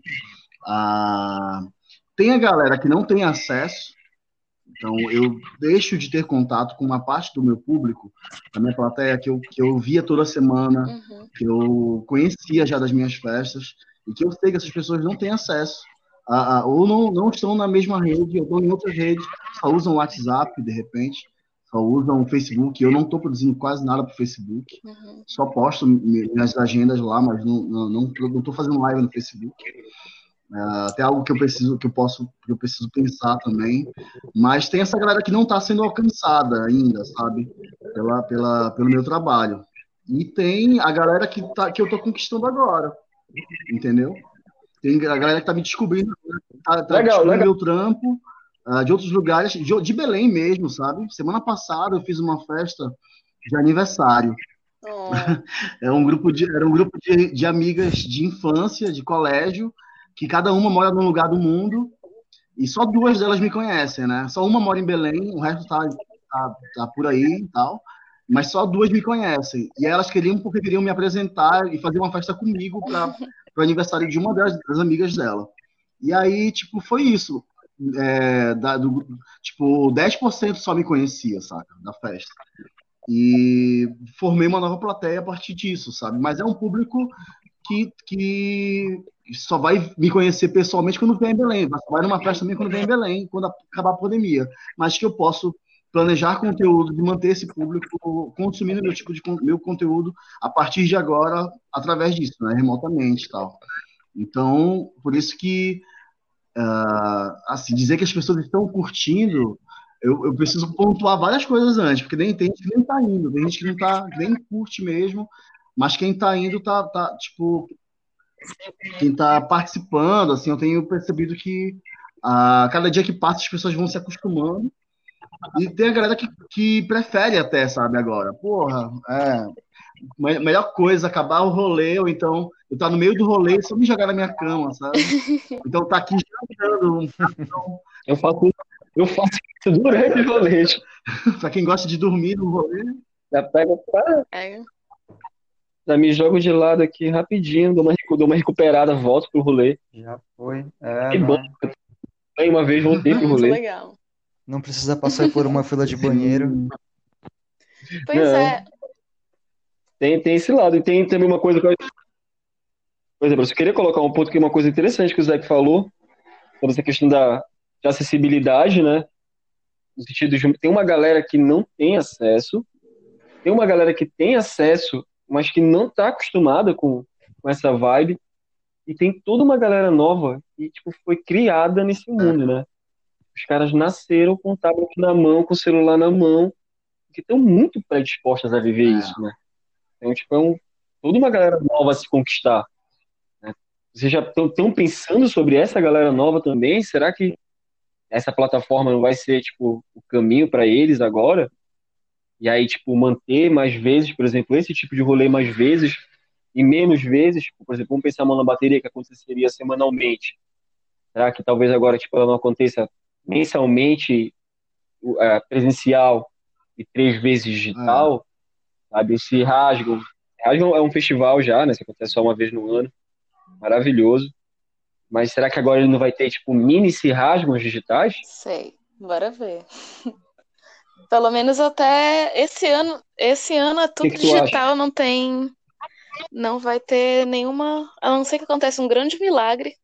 Ah, tem a galera que não tem acesso, então, eu deixo de ter contato com uma parte do meu público, da minha plateia, que eu, que eu via toda semana, Uhum. que eu conhecia já das minhas festas, e que eu sei que essas pessoas não têm acesso, a, a, ou não, não estão na mesma rede, ou estão em outras redes, só usam o WhatsApp, de repente, só usam o Facebook. Eu não estou produzindo quase nada para o Facebook, Uhum. só posto minhas agendas lá, mas não estou não, não, não fazendo live no Facebook. Até algo que eu preciso, que eu posso, que eu preciso pensar também. Mas tem essa galera que não está sendo alcançada ainda, sabe? Pela, pela, pelo meu trabalho. E tem a galera que, tá, que eu estou conquistando agora, entendeu? Tem a galera que está me descobrindo, está tá Legal, descobrindo legal. meu trampo, uh, de outros lugares, de, de Belém mesmo, sabe? Semana passada eu fiz uma festa de aniversário. Oh. É um grupo de, era um grupo de, de amigas de infância, de colégio, que cada uma mora num lugar do mundo, e só duas delas me conhecem, né? Só uma mora em Belém, o resto tá, tá, tá por aí e tal, mas só duas me conhecem. E elas queriam, porque queriam me apresentar e fazer uma festa comigo para o aniversário de uma das, das amigas dela. E aí, tipo, foi isso. É, da, do, tipo, dez por cento só me conhecia, saca? Da festa. E formei uma nova plateia a partir disso, sabe? Mas é um público que, que só vai me conhecer pessoalmente quando vier em Belém. Só vai numa festa também quando vier em Belém, quando acabar a pandemia. Mas que eu posso planejar conteúdo, de manter esse público consumindo meu tipo de meu conteúdo a partir de agora, através disso, né, remotamente e tal. Então, por isso que, uh, assim, dizer que as pessoas estão curtindo, eu, eu preciso pontuar várias coisas antes, porque nem, tem gente que nem tá indo, tem gente que não tá, que nem curte mesmo, mas quem tá indo tá, tá tipo, quem tá participando, assim, eu tenho percebido que a uh, cada dia que passa as pessoas vão se acostumando. E tem a galera que, que prefere até, sabe, agora. Porra, é. Melhor coisa, acabar o rolê, ou então eu tá no meio do rolê e só me jogar na minha cama, sabe? Então tá aqui jantando. Um... Eu faço, eu faço isso durante o rolê. Pra quem gosta de dormir no rolê. Já pega pra... É. Já me jogo de lado aqui rapidinho, dou uma, dou uma recuperada, volto pro rolê. Já foi. É, Que não. bom. Aí uma vez voltei pro Muito rolê. legal. Não precisa passar por uma fila de banheiro. Pois Não. é. Tem, tem esse lado. E tem também uma coisa que eu... Por exemplo, eu queria colocar um ponto que é uma coisa interessante que o Zé falou, sobre essa questão da de acessibilidade, né? No sentido de tem uma galera que não tem acesso, tem uma galera que tem acesso, mas que não está acostumada com, com essa vibe, e tem toda uma galera nova que tipo, foi criada nesse mundo, né? Os caras nasceram com o tablet na mão, com o celular na mão, que estão muito predispostas a viver É. isso, né? Então, tipo, é um, toda uma galera nova a se conquistar. Né? Vocês já estão pensando sobre essa galera nova também? Será que essa plataforma não vai ser, tipo, o caminho para eles agora? E aí, tipo, manter mais vezes, por exemplo, esse tipo de rolê mais vezes e menos vezes, tipo, por exemplo, vamos pensar uma bateria que aconteceria semanalmente. Será que talvez agora, tipo, ela não aconteça mensalmente, uh, presencial e três vezes digital? É. Sabe? Esse Rasgo. Rasgo é um festival já, né? Isso acontece só uma vez no ano. Maravilhoso. Mas será que agora ele não vai ter, tipo, mini rasgos digitais? Sei. Bora ver. Pelo menos até esse ano. Esse ano é tudo que que digital, não tem... Não vai ter nenhuma... A não ser que aconteça um grande milagre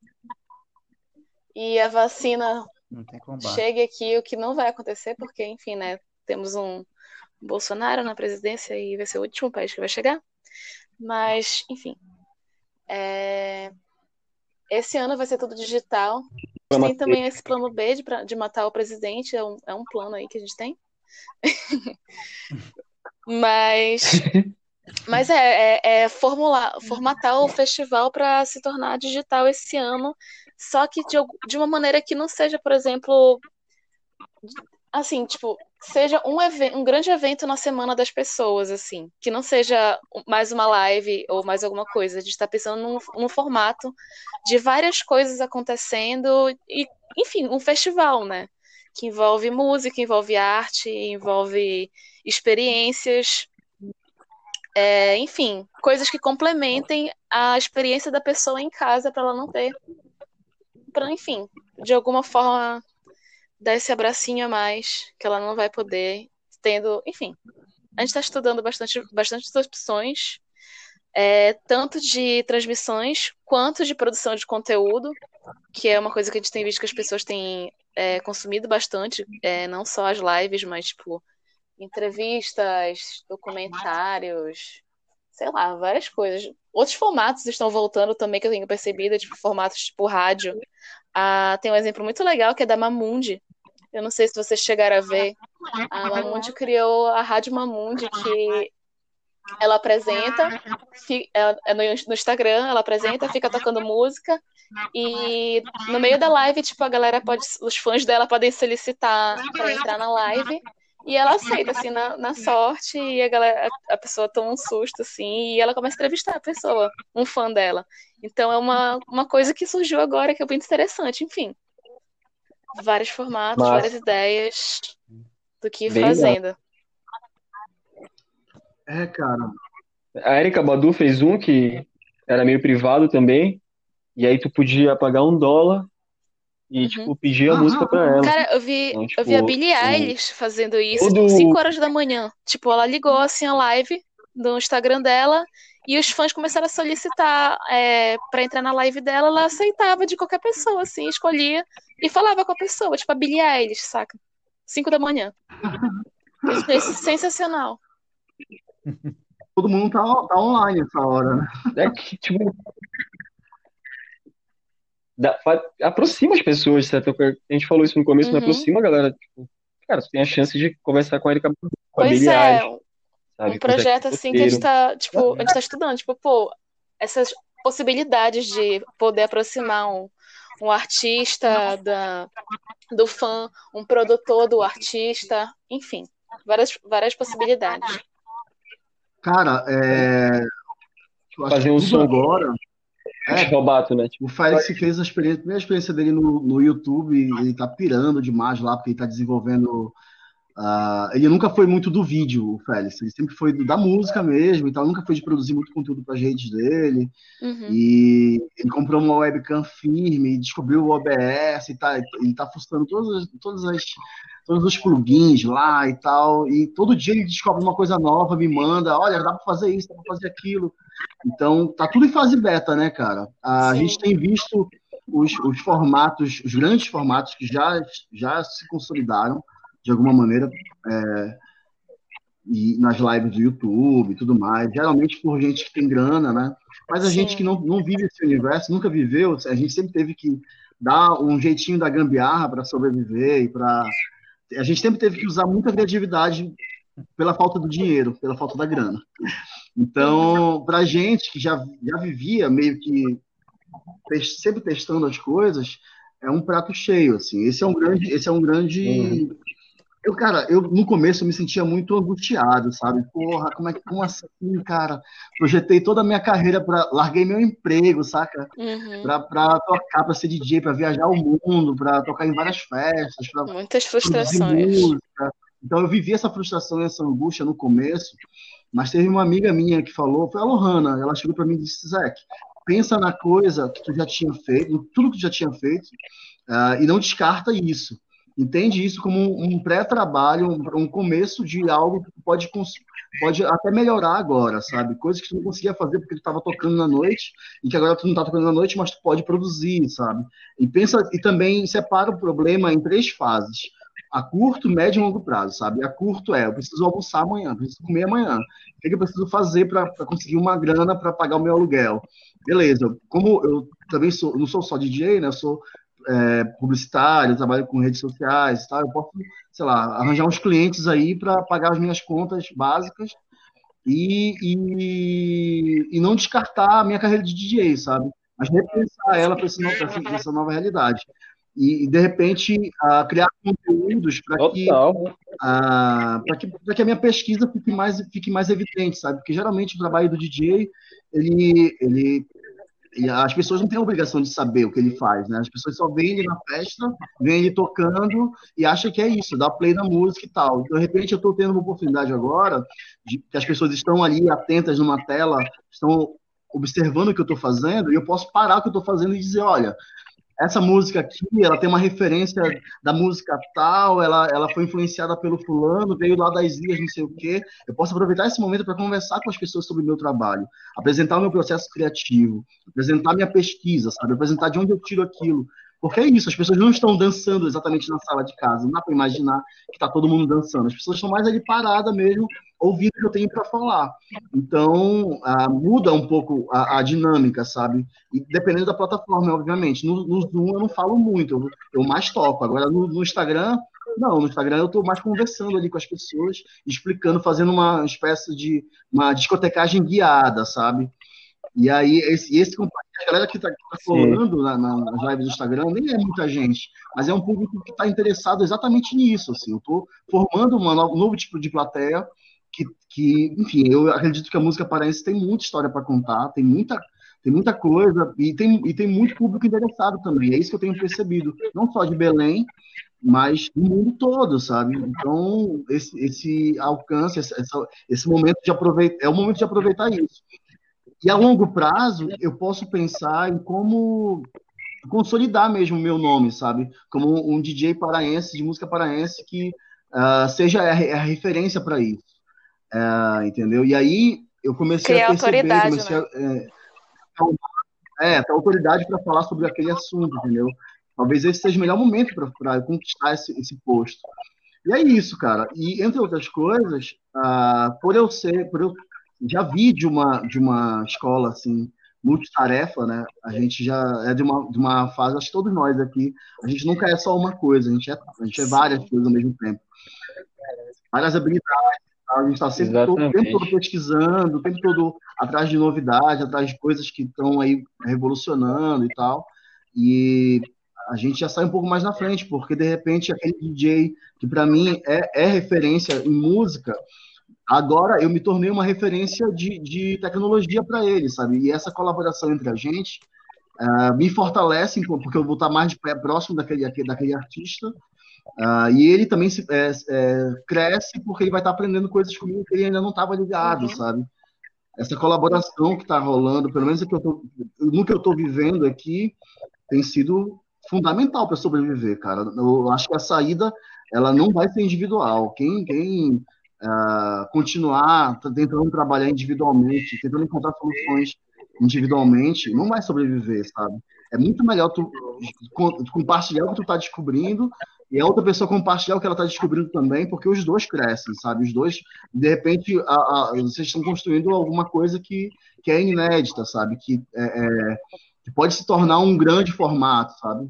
e a vacina chegue aqui, o que não vai acontecer, porque, enfim, né? Temos um Bolsonaro na presidência e vai ser o último país que vai chegar. Mas, enfim. É... Esse ano vai ser tudo digital. A gente tem também esse plano B de, de matar o presidente. É um, é um plano aí que a gente tem. mas mas é, é, é formular, formatar o festival para se tornar digital esse ano. Só que de, de uma maneira que não seja, por exemplo... Assim, tipo, seja um, um grande evento na semana das pessoas, assim, que não seja mais uma live ou mais alguma coisa. A gente está pensando num, num formato de várias coisas acontecendo e, enfim, um festival, né? Que envolve música, envolve arte, envolve experiências, é, enfim, coisas que complementem a experiência da pessoa em casa para ela não ter, para, enfim, de alguma forma dar esse abracinho a mais, que ela não vai poder, tendo, enfim. A gente está estudando bastante, bastante opções, é, tanto de transmissões, quanto de produção de conteúdo, que é uma coisa que a gente tem visto que as pessoas têm é, consumido bastante, é, não só as lives, mas, tipo, entrevistas, documentários, sei lá, várias coisas. Outros formatos estão voltando também, que eu tenho percebido, tipo, formatos tipo rádio. Ah, tem um exemplo muito legal, que é da Mamundi. Eu não sei se vocês chegaram a ver. A Mamundi criou a Rádio Mamundi, que ela apresenta, ela, no Instagram, ela apresenta, fica tocando música, e no meio da live, tipo, a galera pode, os fãs dela podem solicitar para entrar na live, e ela aceita, assim, na, na sorte, e a, galera, a pessoa toma um susto, assim, e ela começa a entrevistar a pessoa, um fã dela. Então é uma, uma coisa que surgiu agora, que é muito interessante, enfim. Vários formatos, Mas... várias ideias do que ir Bem fazendo. Legal. É, cara. A Erika Badu fez um que era meio privado também, e aí tu podia pagar um dólar e, uhum. tipo, pedir a música pra ela. Cara, eu vi, então, tipo, eu vi a Billie Eilish fazendo isso, todo... cinco horas da manhã. Tipo, ela ligou, assim, a live no Instagram dela, e os fãs começaram a solicitar é, pra entrar na live dela, ela aceitava de qualquer pessoa, assim, escolhia e falava com a pessoa, tipo a Billie Eilish, saca? cinco da manhã. Isso é sensacional. Todo mundo tá, tá online nessa hora, né? É que, tipo, dá- fa- aproxima as pessoas, certo? A gente falou isso no começo, mas Uhum. aproxima a galera. Tipo, cara, você tem a chance de conversar com a Erika, com a Pois Billie é, Eilish, sabe? um Com o Zeca projeto assim que a gente Roteiro. tá, tipo, a gente tá estudando, tipo, pô, essas possibilidades de poder aproximar um, um artista da, do fã, um produtor do artista, enfim, várias, várias possibilidades. Cara, é, eu acho Fazer que um tudo som agora. de É, Robato, né? Tipo, o Félix fez a, experiência, a primeira experiência dele no, no YouTube, ele tá pirando demais lá, porque ele tá desenvolvendo. ah, ele nunca foi muito do vídeo, o Félix, ele sempre foi do- da música mesmo, então nunca foi de produzir muito conteúdo para as redes dele. Uhum. E ele comprou uma webcam firme, descobriu o O B S, e tá, ele tá fuçando todas, as- todas as, todos os plugins lá e tal, e todo dia ele descobre uma coisa nova, me manda, olha, dá para fazer isso, dá para fazer aquilo. Então, tá tudo em fase beta, né, cara? A gente Sim. tem visto os, os formatos, os grandes formatos que já, já se consolidaram, de alguma maneira, é, e nas lives do YouTube e tudo mais, geralmente por gente que tem grana, né? Mas a gente que Sim. não, não vive esse universo, nunca viveu, a gente sempre teve que dar um jeitinho da gambiarra para sobreviver e para a gente sempre teve que usar muita criatividade pela falta do dinheiro, pela falta da grana. Então, para gente que já, já vivia meio que tes- sempre testando as coisas, é um prato cheio, assim. Esse é um grande, esse é um uhum. grande. Eu, cara, eu no começo eu me sentia muito angustiado, sabe? Porra, como é que, como assim, cara? Projetei toda a minha carreira para, larguei meu emprego, saca? Uhum. Para tocar, para ser D J, para viajar o mundo, para tocar em várias festas, para Muitas produzir frustrações. música. Então eu vivi essa frustração e essa angústia no começo, mas teve uma amiga minha que falou, foi a Lohana, ela chegou para mim e disse, Zeke, pensa na coisa que tu já tinha feito, em tudo que tu já tinha feito, ah, e não descarta isso. Entende isso como um, um pré-trabalho, um, um começo de algo que tu pode, cons- pode até melhorar agora, sabe? Coisas que tu não conseguia fazer porque tu estava tocando na noite, e que agora tu não está tocando na noite, mas tu pode produzir, sabe? E pensa, e também separa o problema em três fases. A curto, médio e longo prazo, sabe? A curto é, eu preciso almoçar amanhã, preciso comer amanhã. O que, é que eu preciso fazer para conseguir uma grana para pagar o meu aluguel? Beleza. Como eu também sou, não sou só D J, né? Eu sou é, publicitário, eu trabalho com redes sociais, tá? Eu posso, sei lá, arranjar uns clientes aí para pagar as minhas contas básicas e, e, e não descartar a minha carreira de D J, sabe? Mas repensar ela para essa nova realidade. E, de repente, uh, criar conteúdos para que, Total. uh, para que, para que a minha pesquisa fique mais, fique mais evidente, sabe? Porque geralmente o trabalho do D J, ele, ele, ele- as pessoas não têm a obrigação de saber o que ele faz, né? As pessoas só veem ele na festa, veem ele tocando e acham que é isso, dá play na música e tal. De repente, eu estou tendo uma oportunidade agora de que as pessoas estão ali atentas numa tela, estão observando o que eu estou fazendo, e eu posso parar o que eu estou fazendo e dizer, olha, essa música aqui, ela tem uma referência da música tal, ela, ela foi influenciada pelo fulano, veio lá das ilhas, não sei o quê. Eu posso aproveitar esse momento para conversar com as pessoas sobre o meu trabalho, apresentar o meu processo criativo, apresentar minha pesquisa, sabe? Apresentar de onde eu tiro aquilo. Porque é isso, as pessoas não estão dançando exatamente na sala de casa, não dá para imaginar que está todo mundo dançando. As pessoas estão mais ali paradas mesmo, ouvindo o que eu tenho para falar. Então, ah, muda um pouco a, a dinâmica, sabe? E dependendo da plataforma, obviamente. No, no Zoom eu não falo muito, eu, eu mais toco. Agora no, no Instagram, não, no Instagram eu estou mais conversando ali com as pessoas, explicando, fazendo uma espécie de uma discotecagem guiada, sabe? E aí, esse, esse a galera que está tá falando na, na, nas lives do Instagram nem é muita gente, mas é um público que está interessado exatamente nisso. Assim, eu estou formando uma no, um novo tipo de plateia que, que, enfim, eu acredito que a música paraense tem muita história para contar, tem muita tem muita coisa e tem, e tem muito público interessado também. É isso que eu tenho percebido, não só de Belém, mas do mundo todo, sabe? Então, esse, esse alcance, esse, esse momento de aproveitar, é o momento de aproveitar isso. E a longo prazo, eu posso pensar em como consolidar mesmo o meu nome, sabe? Como um D J paraense, de música paraense, que uh, seja a, a referência para isso. Uh, entendeu? E aí eu comecei Criar a perceber, autoridade, comecei né? a. É, é, ter autoridade para falar sobre aquele assunto, entendeu? Talvez esse seja o melhor momento para conquistar esse, esse posto. E é isso, cara. E, entre outras coisas, ah, por eu ser, por eu já vi de uma, de uma escola, assim, multitarefa, né? A gente já é de uma, de uma fase, acho que todos nós aqui, a gente nunca é só uma coisa, a gente é, a gente é várias Sim. coisas ao mesmo tempo. Várias habilidades, a gente está sempre todo, o tempo todo Exatamente. pesquisando, o tempo todo atrás de novidades, atrás de coisas que estão aí revolucionando e tal. E a gente já sai um pouco mais na frente, porque de repente aquele D J que para mim é, é referência em música, agora eu me tornei uma referência de, de tecnologia para ele, sabe? E essa colaboração entre a gente uh, me fortalece, porque eu vou estar mais de pé, próximo daquele, daquele artista. Uh, e ele também se, é, é, cresce porque ele vai estar aprendendo coisas comigo que ele ainda não estava ligado, Uhum. sabe? Essa colaboração que está rolando, pelo menos é que eu tô, no que eu estou vivendo aqui, tem sido fundamental para sobreviver, cara. Eu acho que a saída ela não vai ser individual. Quem, quem uh, continuar tentando trabalhar individualmente, tentando encontrar soluções individualmente, não vai sobreviver, sabe? É muito melhor tu compartilhar o que tu tá descobrindo e a outra pessoa compartilhar o que ela tá descobrindo também, porque os dois crescem, sabe? Os dois, de repente, a, a, vocês estão construindo alguma coisa que, que é inédita, sabe? Que é, é que pode se tornar um grande formato, sabe?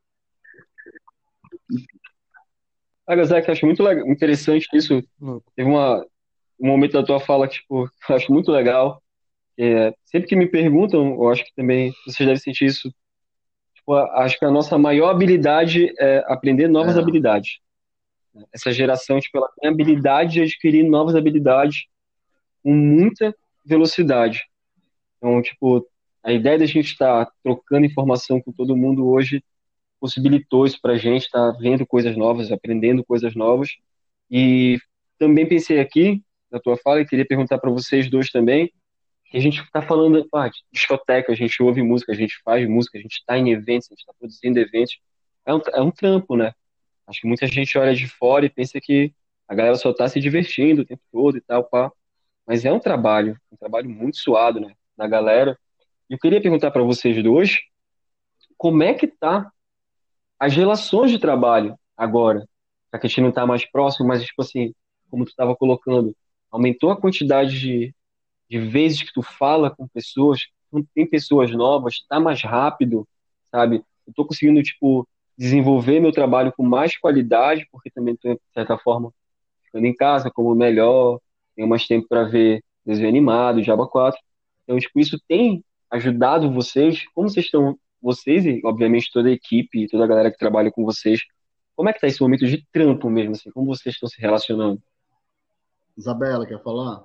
Ah, Zé, que eu acho muito legal, interessante isso. Louco. Teve uma, um momento da tua fala que, tipo, eu acho muito legal. É, sempre que me perguntam, eu acho que também vocês devem sentir isso. Tipo, a- acho que a nossa maior habilidade é aprender novas É, habilidades. Essa geração, tipo, ela tem a habilidade de adquirir novas habilidades com muita velocidade. Então, tipo, a ideia da gente estar trocando informação com todo mundo hoje possibilitou isso pra gente, estar vendo coisas novas, aprendendo coisas novas. E também pensei aqui, na tua fala, e queria perguntar para vocês dois também, que a gente está falando, ah, de discoteca, a gente ouve música, a gente faz música, a gente está em eventos, a gente está produzindo eventos. É um, é um trampo, né? Acho que muita gente olha de fora e pensa que a galera só está se divertindo o tempo todo e tal, pá. Mas é um trabalho, um trabalho muito suado, né, da galera. E eu queria perguntar para vocês dois, como é que tá as relações de trabalho agora? Já que a gente não está mais próximo, mas tipo assim, como tu estava colocando, aumentou a quantidade de, de vezes que tu fala com pessoas, tu tem pessoas novas, tá mais rápido, sabe? Eu tô conseguindo, tipo, desenvolver meu trabalho com mais qualidade, porque também tô, de certa forma, ficando em casa, como melhor, tenho mais tempo para ver desenho animado, Java quatro. Então, tipo, isso tem ajudado vocês? Como vocês estão, vocês e, obviamente, toda a equipe e toda a galera que trabalha com vocês, como é que tá esse momento de trampo mesmo, assim? Como vocês estão se relacionando? Isabela, quer falar?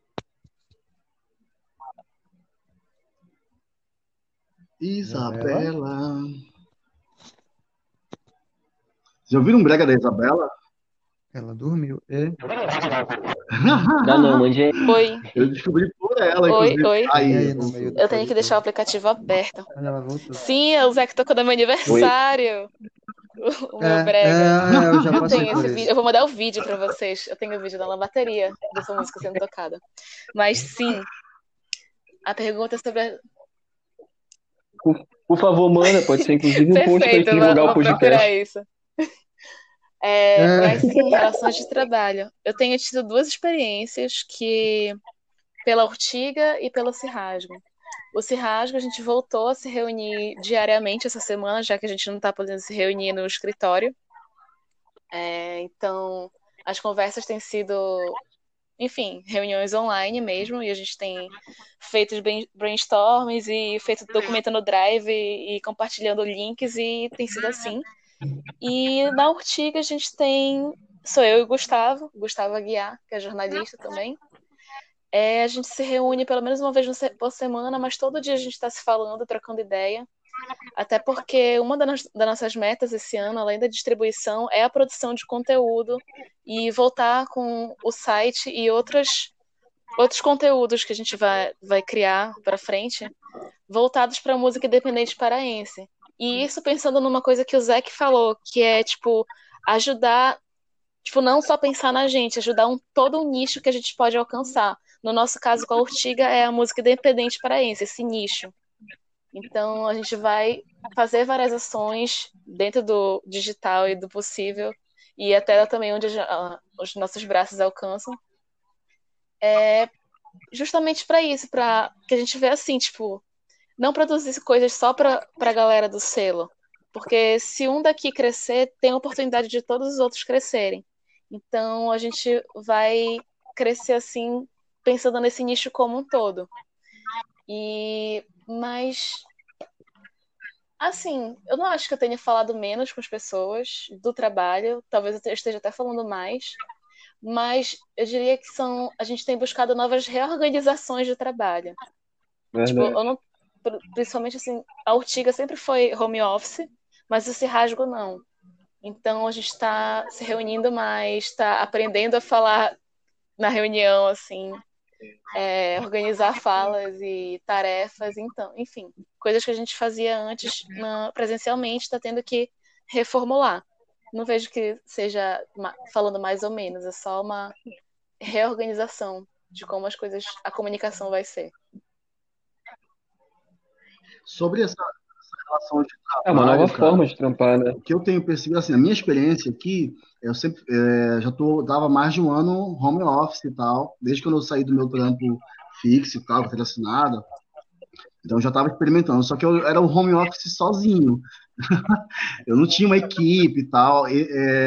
Isabela? Isabela. Já ouviram um brega da Isabela? Ela dormiu. É. Dá não, mande aí. Oi, Eu descobri por ela, oi, inclusive. oi. Tem Aí, aí no voltou. meio do Eu tenho que deixar o podcast. aplicativo aberto. Olha, ela voltou. Sim, é o Zé que tocou no meu Oi. aniversário. O meu É, brega. é, eu já Eu passei tenho por esse vídeo. isso. Eu vou mandar o vídeo pra vocês. Eu tenho o vídeo da lambateria dessa música sendo tocada. Mas sim, a pergunta é sobre a... Por, por favor, manda. Pode ser, inclusive, um post para Perfeito, gente eu vou, divulgar o vou procurar podcast. isso. É, É, mas sim, relações de trabalho. Eu tenho tido duas experiências que pela Ortiga e pelo Cirrasgo. O Cirrasgo, a gente voltou a se reunir diariamente essa semana, já que a gente não está podendo se reunir no escritório. É, então, as conversas têm sido, enfim, reuniões online mesmo, e a gente tem feito brainstorms e feito documento no Drive e, e compartilhando links, e tem sido assim. E na Ortiga a gente tem, sou eu e o Gustavo, Gustavo Aguiar, que é jornalista também. É, a gente se reúne pelo menos uma vez por semana, mas todo dia a gente está se falando, trocando ideia. Até porque uma das nossas metas esse ano, além da distribuição, é a produção de conteúdo e voltar com o site e outras, outros conteúdos que a gente vai, vai criar para frente, voltados para a música independente paraense. E isso pensando numa coisa que o Zé falou, que é, tipo, ajudar, tipo, não só pensar na gente, ajudar um, todo um nicho que a gente pode alcançar. No nosso caso, com a Ortiga, é a música independente paraense, esse nicho. Então, a gente vai fazer várias ações dentro do digital e do possível e até também onde a, os nossos braços alcançam. É justamente para isso, para que a gente vê assim, tipo, não produzir coisas só para a galera do selo. Porque se um daqui crescer, tem a oportunidade de todos os outros crescerem. Então a gente vai crescer assim, pensando nesse nicho como um todo. E mas assim, eu não acho que eu tenha falado menos com as pessoas do trabalho, talvez eu esteja até falando mais, mas eu diria que são, a gente tem buscado novas reorganizações de trabalho. Tipo, Verdade. eu não, principalmente assim, a Urtiga sempre foi home office, mas o Cirrasgo não. Então a gente está se reunindo mais, está aprendendo a falar na reunião, assim, é, organizar falas e tarefas, então, enfim, coisas que a gente fazia antes na, presencialmente, está tendo que reformular. Não vejo que seja falando mais ou menos, é só uma reorganização de como as coisas, a comunicação vai ser. Sobre essa, essa relação de É uma trabalho, nova cara, forma de trampar, né? o que eu tenho percebido, assim, a minha experiência aqui, eu sempre é, já tô, dava mais de um ano home office e tal, desde quando eu saí do meu trampo fixo e tal, carteira assinada, então eu já estava experimentando, só que eu era um home office sozinho, eu não tinha uma equipe e tal, e, é,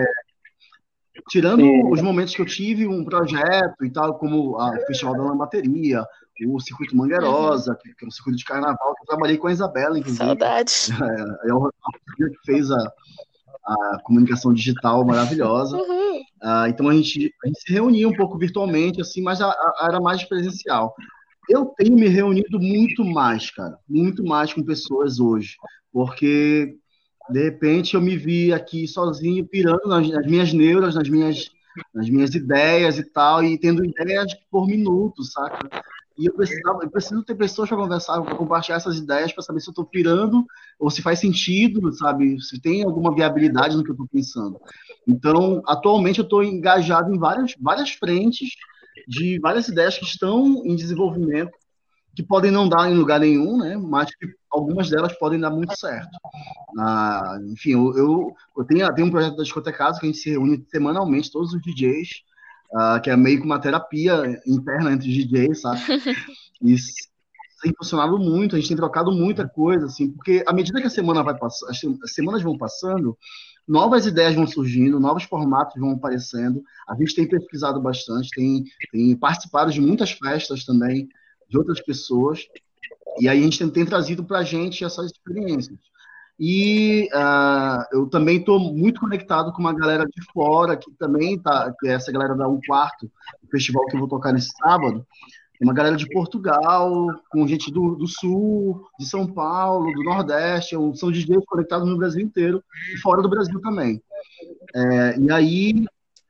tirando os Sim. momentos que eu tive um projeto e tal, como a- o Festival da Lambateria, o Circuito Uhum. Mangueirosa, que, que é um circuito de carnaval, que eu trabalhei com a Isabela, inclusive, Saudades. é, é o que fez a, a comunicação digital maravilhosa. Uhum. Ah, então a gente, a gente se reunia um pouco virtualmente, assim, mas a, a, era mais presencial. Eu tenho me reunido muito mais, cara, muito mais com pessoas hoje, porque de repente eu me vi aqui sozinho, pirando nas, nas minhas neuras, nas minhas, nas minhas ideias e tal, e tendo ideias por minuto, saca? E eu precisava, eu preciso ter pessoas para conversar, para compartilhar essas ideias, para saber se eu estou pirando ou se faz sentido, sabe? Se tem alguma viabilidade no que eu estou pensando. Então, atualmente eu estou engajado em várias, várias frentes de várias ideias que estão em desenvolvimento, que podem não dar em lugar nenhum, né? Mas que algumas delas podem dar muito certo. Ah, enfim, eu, eu, eu tenho, tenho um projeto da Discotecasa que a gente se reúne semanalmente, todos os D Js, ah, que é meio que uma terapia interna entre os D Js, sabe? E isso tem funcionado muito, a gente tem trocado muita coisa, assim, porque à medida que a semana vai passando, as semanas vão passando, novas ideias vão surgindo, novos formatos vão aparecendo. A gente tem pesquisado bastante, tem, tem participado de muitas festas também, de outras pessoas, e aí a gente tem, tem trazido para a gente essas experiências. E uh, eu também estou muito conectado com uma galera de fora, que também tá, que é essa galera da Um Quarto, o festival que eu vou tocar nesse sábado. Tem uma galera de Portugal, com gente do, do Sul, de São Paulo, do Nordeste, são D Js conectados no Brasil inteiro e fora do Brasil também. É, e aí,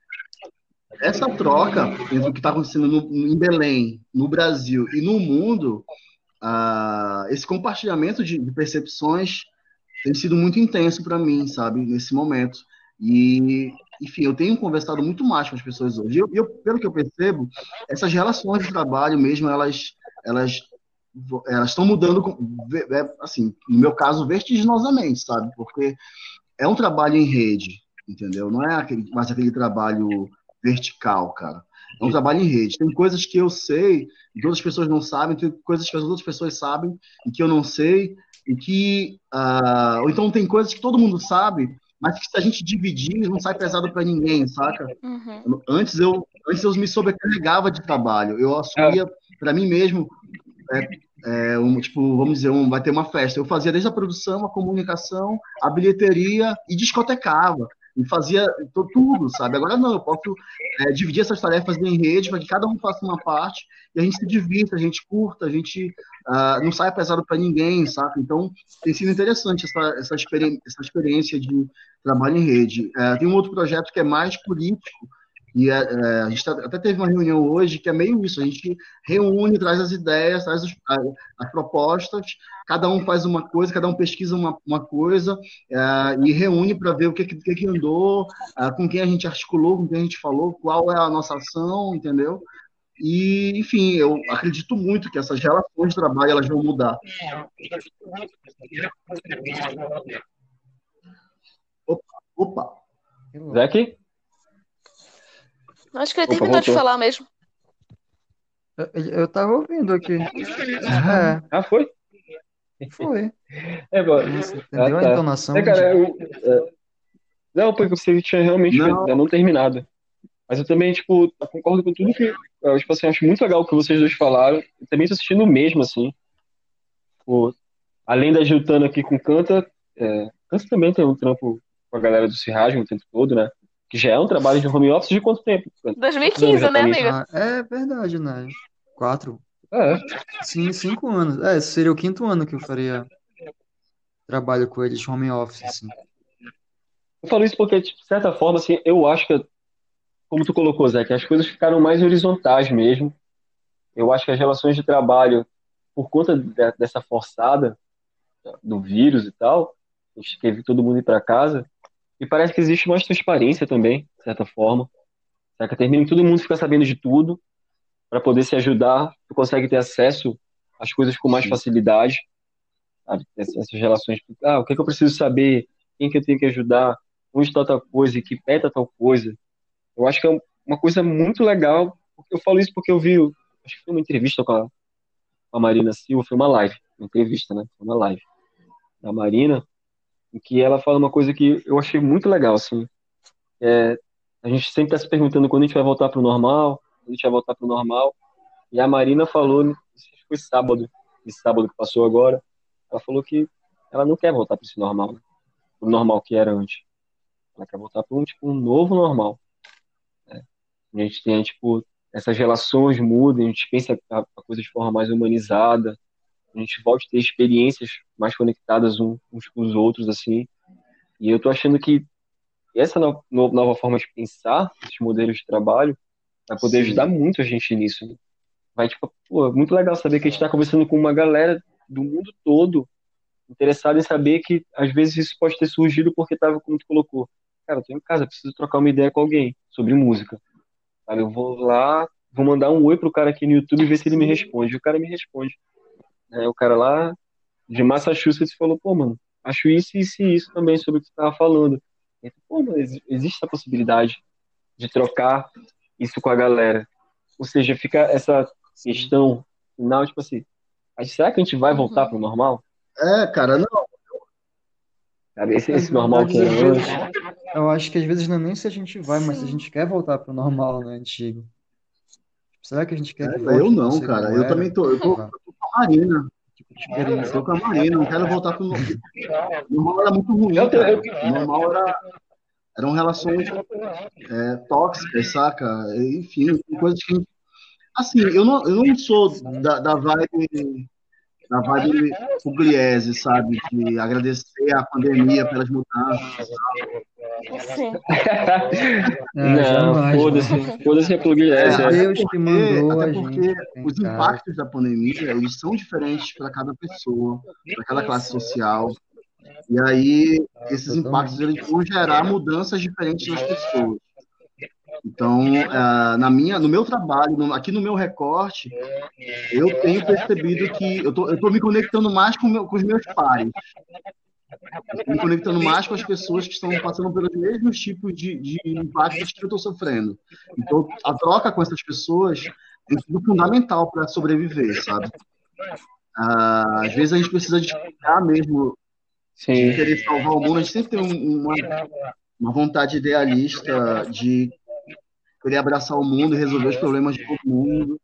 essa troca entre o que está acontecendo no, em Belém, no Brasil e no mundo, uh, esse compartilhamento de, de percepções tem sido muito intenso para mim, sabe, nesse momento. E, enfim, eu tenho conversado muito mais com as pessoas hoje. E eu, eu, pelo que eu percebo, essas relações de trabalho mesmo, elas elas elas estão mudando, assim, no meu caso, vertiginosamente, sabe? Porque é um trabalho em rede, entendeu? Não é aquele, mais aquele trabalho vertical, cara. É um trabalho em rede. Tem coisas que eu sei e que outras pessoas não sabem, tem coisas que as outras pessoas sabem e que eu não sei, e que uh, ou então tem coisas que todo mundo sabe, mas que se a gente dividir não sai pesado para ninguém, saca? Uhum. Antes eu antes eu me sobrecarregava de trabalho, eu assumia para mim mesmo, é, é, um, tipo, vamos dizer, um, vai ter uma festa, eu fazia desde a produção, a comunicação, a bilheteria e discotecava. E fazia tudo, sabe? Agora não, eu posso é, dividir essas tarefas em rede para que cada um faça uma parte e a gente se divirta, a gente curta, a gente uh, não saia pesado para ninguém, sabe? Então, tem sido interessante essa, essa, experi essa experiência de trabalho em rede. Uh, tem um outro projeto que é mais político, e é, é, a gente tá, até teve uma reunião hoje que é meio isso, a gente reúne, traz as ideias, traz os, as, as propostas, cada um faz uma coisa, cada um pesquisa uma, uma coisa é, e reúne para ver o que, que, que andou, é, com quem a gente articulou, com quem a gente falou, qual é a nossa ação, entendeu? E, enfim, eu acredito muito que essas relações de trabalho elas vão mudar. Opa, opa. Zeke? Acho que ele Opa, terminou de voltou. falar mesmo. Eu, eu tava ouvindo aqui. É, Ah, foi? foi. É, bom. Você Ah, entendeu a tá. entonação? É, cara, eu, é, não, porque você tinha realmente Não, ainda não terminado. Mas eu também, tipo, eu concordo com tudo que. Eu, tipo assim, acho muito legal o que vocês dois falaram. Eu também tô assistindo o mesmo, assim. Tipo, além da Giltana aqui com Canta, é, Canta também tem um trampo com a galera do Cirragem o tempo todo, né? Que já é um trabalho de home office de quanto tempo, Canta? Quantos anos já dois mil e quinze, tá né, nisso? amiga? Ah, é verdade, né? Quatro. É, Sim, cinco anos. É, seria o quinto ano que eu faria trabalho com eles home office, assim. eu falo isso porque, tipo, de certa forma, assim, eu acho que, como tu colocou, Zé, que as coisas ficaram mais horizontais mesmo. Eu acho que as relações de trabalho, por conta de- dessa forçada do vírus e tal, a gente teve todo mundo ir para casa, e parece que existe mais transparência também, de certa forma. Saca? Termina que todo mundo fica sabendo de tudo, para poder se ajudar, tu consegue ter acesso às coisas com mais sim, facilidade, sabe? Essas essas relações, ah, o que é que eu preciso saber, quem que eu tenho que ajudar, onde está tal coisa, que pé tá tal coisa. Eu acho que é uma coisa muito legal, porque eu falo isso porque eu vi, acho que foi uma entrevista com a, com a Marina Silva, foi uma live, uma entrevista, né? Foi uma live da Marina, em que ela fala uma coisa que eu achei muito legal, assim. A gente sempre está se perguntando quando a gente vai voltar para o normal, quando a gente vai voltar para o normal. E a Marina falou, acho que foi sábado, esse sábado que passou agora, ela falou que ela não quer voltar para esse normal, né? O normal que era antes. Ela quer voltar para um, tipo, um novo normal. A gente tem, tipo, essas relações mudam, a gente pensa a, a coisa de forma mais humanizada, a gente volta a ter experiências mais conectadas um- uns com os outros, assim. E eu tô achando que essa no- no- nova forma de pensar, esses modelos de trabalho, vai poder ajudar sim. muito a gente nisso, né? Vai, tipo, pô, é muito legal saber que a gente está conversando com uma galera do mundo todo interessada em saber que às vezes isso pode ter surgido porque tava, como tu colocou, cara, eu tô em casa, preciso trocar uma ideia com alguém sobre música, sabe? Eu vou lá, vou mandar um oi pro cara aqui no YouTube e ver se ele me responde. E o cara me responde. Aí o cara lá de Massachusetts falou, pô, mano, acho isso, isso e isso também sobre o que você tava falando. E, pô, mano, ex- existe essa possibilidade de trocar isso com a galera. Ou seja, fica essa Sim. questão final, tipo assim, mas será que a gente vai voltar Uhum. pro normal? É, cara, não, Sabe, esse, Na esse normal verdade, que era às vezes, antes? eu acho que às vezes não é nem se a gente vai, mas se a Sim. gente quer voltar pro normal, né, antigo. Será que a gente quer que é, eu volte tudo a não, ser cara. como Eu era? também tô, eu tô, Sei lá, eu tô com a Marina. tipo de Eu tô experiência. com a Marina, não quero voltar pro. no- O normal era muito ruim, Eu, te- cara. eu, O normal era, eram relações é, tóxicas, saca? Enfim, coisas que. Assim, eu não, eu não sou Sim. da, da vibe, da vibe Pugliese, sabe? De agradecer a pandemia pelas mudanças. Sim. Ah, não, jamais, foda-se, jamais. foda-se a É, Pugliese, é. até Deus que porque, mandou até a porque gente ficar em os casa. impactos da pandemia, eles são diferentes para cada pessoa, para cada classe Isso. social. E aí, esses impactos Totalmente. eles vão gerar mudanças diferentes nas pessoas. Então, ah, na minha, no meu trabalho, no- aqui no meu recorte, eu tenho percebido que eu tô, eu tô me conectando mais com, meu- com os meus pares. Eu tô me conectando mais com as pessoas que estão passando pelos mesmos tipos de, de impactos que eu estou sofrendo. Então, a troca com essas pessoas tem sido fundamental para sobreviver, sabe? Ah, às vezes a gente precisa despejar mesmo de Sim. querer salvar o mundo. A gente sempre tem um- uma, uma vontade idealista de querer abraçar o mundo e resolver os problemas de todo mundo.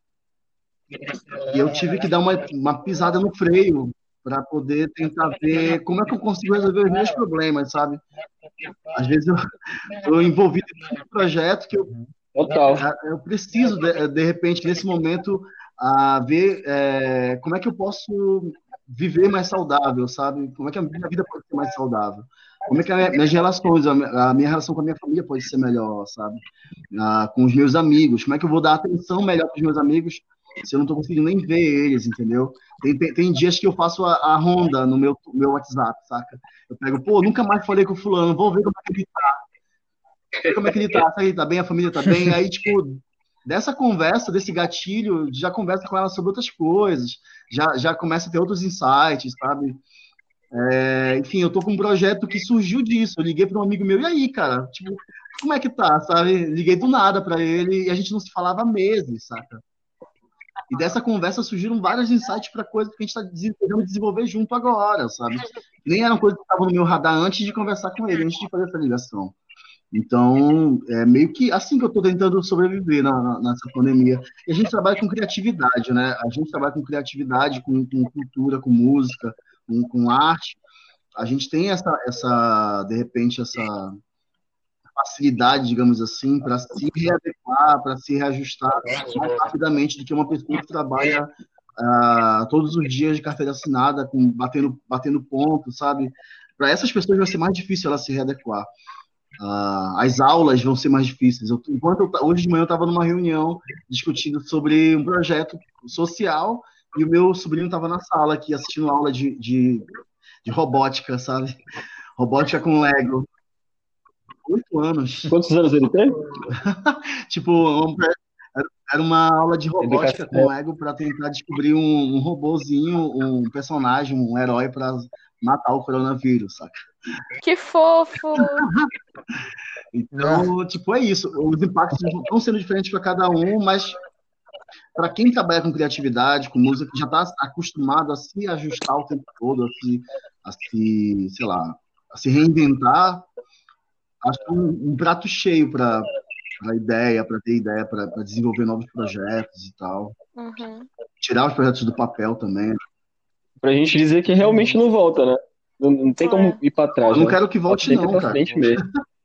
E eu tive que dar uma, uma pisada no freio para poder tentar ver como é que eu consigo resolver os meus problemas, sabe? Às vezes eu estou envolvido em tanto projeto que eu, Uhum. Total. eu preciso, de, de repente, nesse momento, a ver é, como é que eu posso viver mais saudável, sabe? Como é que a minha vida pode ser mais saudável? Como é que a minha, minhas relações, a minha, a minha relação com a minha família pode ser melhor, sabe? Ah, com os meus amigos, como é que eu vou dar atenção melhor para os meus amigos se eu não estou conseguindo nem ver eles, entendeu? Tem, tem, tem dias que eu faço a, a ronda no meu, meu WhatsApp, saca? Eu pego, pô, nunca mais falei com o fulano, vou ver como é que ele tá, ver como é que ele tá, se ele tá bem, a família tá bem, aí, tipo, dessa conversa, desse gatilho, já conversa com ela sobre outras coisas, já, já começa a ter outros insights, sabe? É, enfim, eu tô com um projeto que surgiu disso. Eu liguei para um amigo meu, e aí, cara? Tipo, como é que tá, sabe? Liguei do nada para ele e a gente não se falava há meses, saca? E dessa conversa surgiram vários insights para coisas que a gente está tentando desenvolver junto agora, sabe? Nem eram coisas que estavam no meu radar antes de conversar com ele, antes de fazer essa ligação. Então, é meio que assim que eu estou tentando sobreviver na, na, nessa pandemia. E a gente trabalha com criatividade, né? A gente trabalha com criatividade, com, com cultura, com música, com, com arte. A gente tem essa, essa, de repente, essa facilidade, digamos assim, para se readequar, para se reajustar mais rapidamente do que uma pessoa que trabalha uh, todos os dias de carteira assinada, com, batendo, batendo ponto, sabe? Para essas pessoas vai ser mais difícil ela se readequar. Uh, as aulas vão ser mais difíceis. Eu, enquanto eu, hoje de manhã eu estava numa reunião discutindo sobre um projeto social e o meu sobrinho estava na sala aqui assistindo aula de, de, de robótica, sabe? Robótica com Lego. Oito anos. Quantos anos ele tem? Tipo, um, era uma aula de robótica com Lego para tentar descobrir um, um robozinho, um personagem, um herói para matar o coronavírus, saca? Que fofo! Então, tipo, é isso. Os impactos estão sendo diferentes para cada um, mas para quem trabalha com criatividade, com música, que já está acostumado a se ajustar o tempo todo, a se, a se sei lá, a se reinventar, acho que é um, um prato cheio para a ideia, para ter ideia, para desenvolver novos projetos e tal. Uhum. Tirar os projetos do papel também. Pra gente dizer que realmente não volta, né? Não, não tem como ir para trás. Eu não né? quero que volte, não, pra cara. frente mesmo.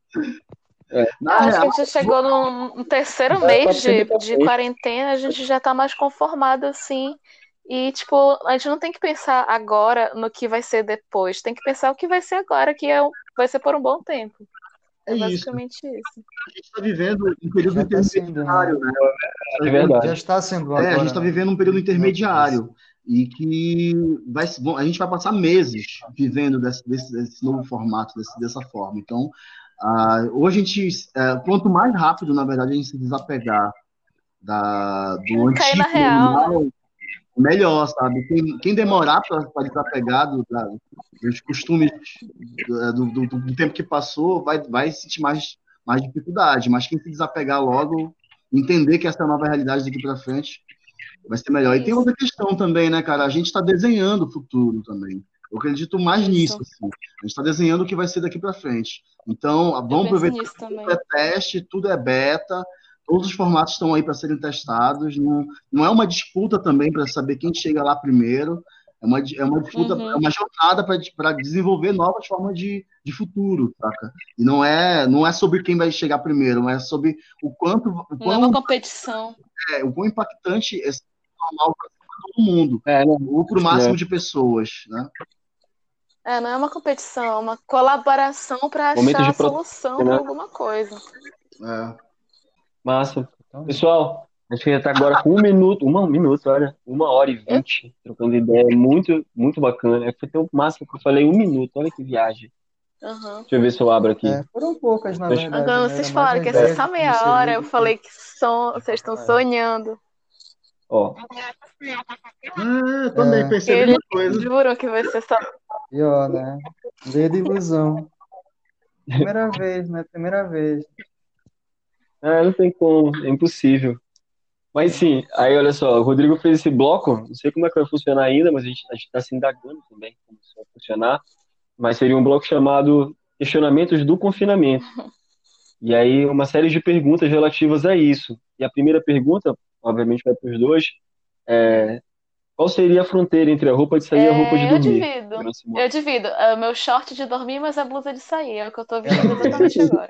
É. Na Acho real, que a gente chegou no, no terceiro mês de, de quarentena, a gente já tá mais conformado, assim. E, tipo, a gente não tem que pensar agora no que vai ser depois. Tem que pensar o que vai ser agora, que é, vai ser por um bom tempo. É, é basicamente isso. isso. A gente está vivendo um período Já tá intermediário, sendo, né? É verdade. Já está sendo É, agora. a gente está né? vivendo um período intermediário e que vai, bom, a gente vai passar meses vivendo desse, desse, desse novo formato, desse, dessa forma. Então, uh, hoje a gente, uh, quanto mais rápido, na verdade, a gente se desapegar da, do Cair na antigo real, normal, né? melhor, sabe? Quem, quem demorar para desapegar do, da, dos costumes do, do, do tempo que passou vai, vai sentir mais, mais dificuldade, mas quem se desapegar logo, entender que essa é a nova realidade daqui para frente, vai ser melhor. E tem outra questão também, né, cara? A gente está desenhando o futuro também. Eu acredito mais Isso. nisso. Assim. A gente está desenhando o que vai ser daqui para frente. Então, vamos aproveitar que tudo é teste, tudo é beta, todos os formatos estão aí para serem testados. Não, não é uma disputa também para saber quem chega lá primeiro. É uma, é uma disputa, Uhum. é uma jornada para desenvolver novas formas de, de futuro, saca? E não é, não é sobre quem vai chegar primeiro, mas é sobre o quanto. O Não quão, é uma competição. É, o quão impactante esse normal para todo mundo, é, não, ou para o máximo é. de pessoas, né? É, não é uma competição, é uma colaboração para Momento achar de a solução né? para alguma coisa. É. Massa. Pessoal, a gente já tá agora com um minuto, uma, um minuto, olha, uma hora e vinte, trocando ideia, muito, muito bacana. Foi tão massa que eu falei um minuto, olha que viagem. Uhum. Deixa eu ver se eu abro aqui. É, foram poucas, na Mas- verdade. Agora né? vocês Era mais falaram a que ia ideia ser só de meia conhecer hora, eu ele. falei que son... vocês estão É. sonhando. Ó, É, também É. pensei a Eles mesma coisa. juram que vai ser só. Pior, né? Veio de ilusão. Primeira vez, né? Primeira vez. é, não tem como, é impossível. Mas sim, aí olha só, o Rodrigo fez esse bloco, não sei como é que vai funcionar ainda, mas a gente a está se indagando também como isso vai funcionar, mas seria um bloco chamado Questionamentos do Confinamento. E aí uma série de perguntas relativas a isso. E a primeira pergunta, obviamente vai para os dois, é qual seria a fronteira entre a roupa de sair e a roupa de É, eu dormir? divido. Durante a semana? Eu divido. É o meu short de dormir, mas a blusa de sair. É o que eu tô vestindo exatamente agora.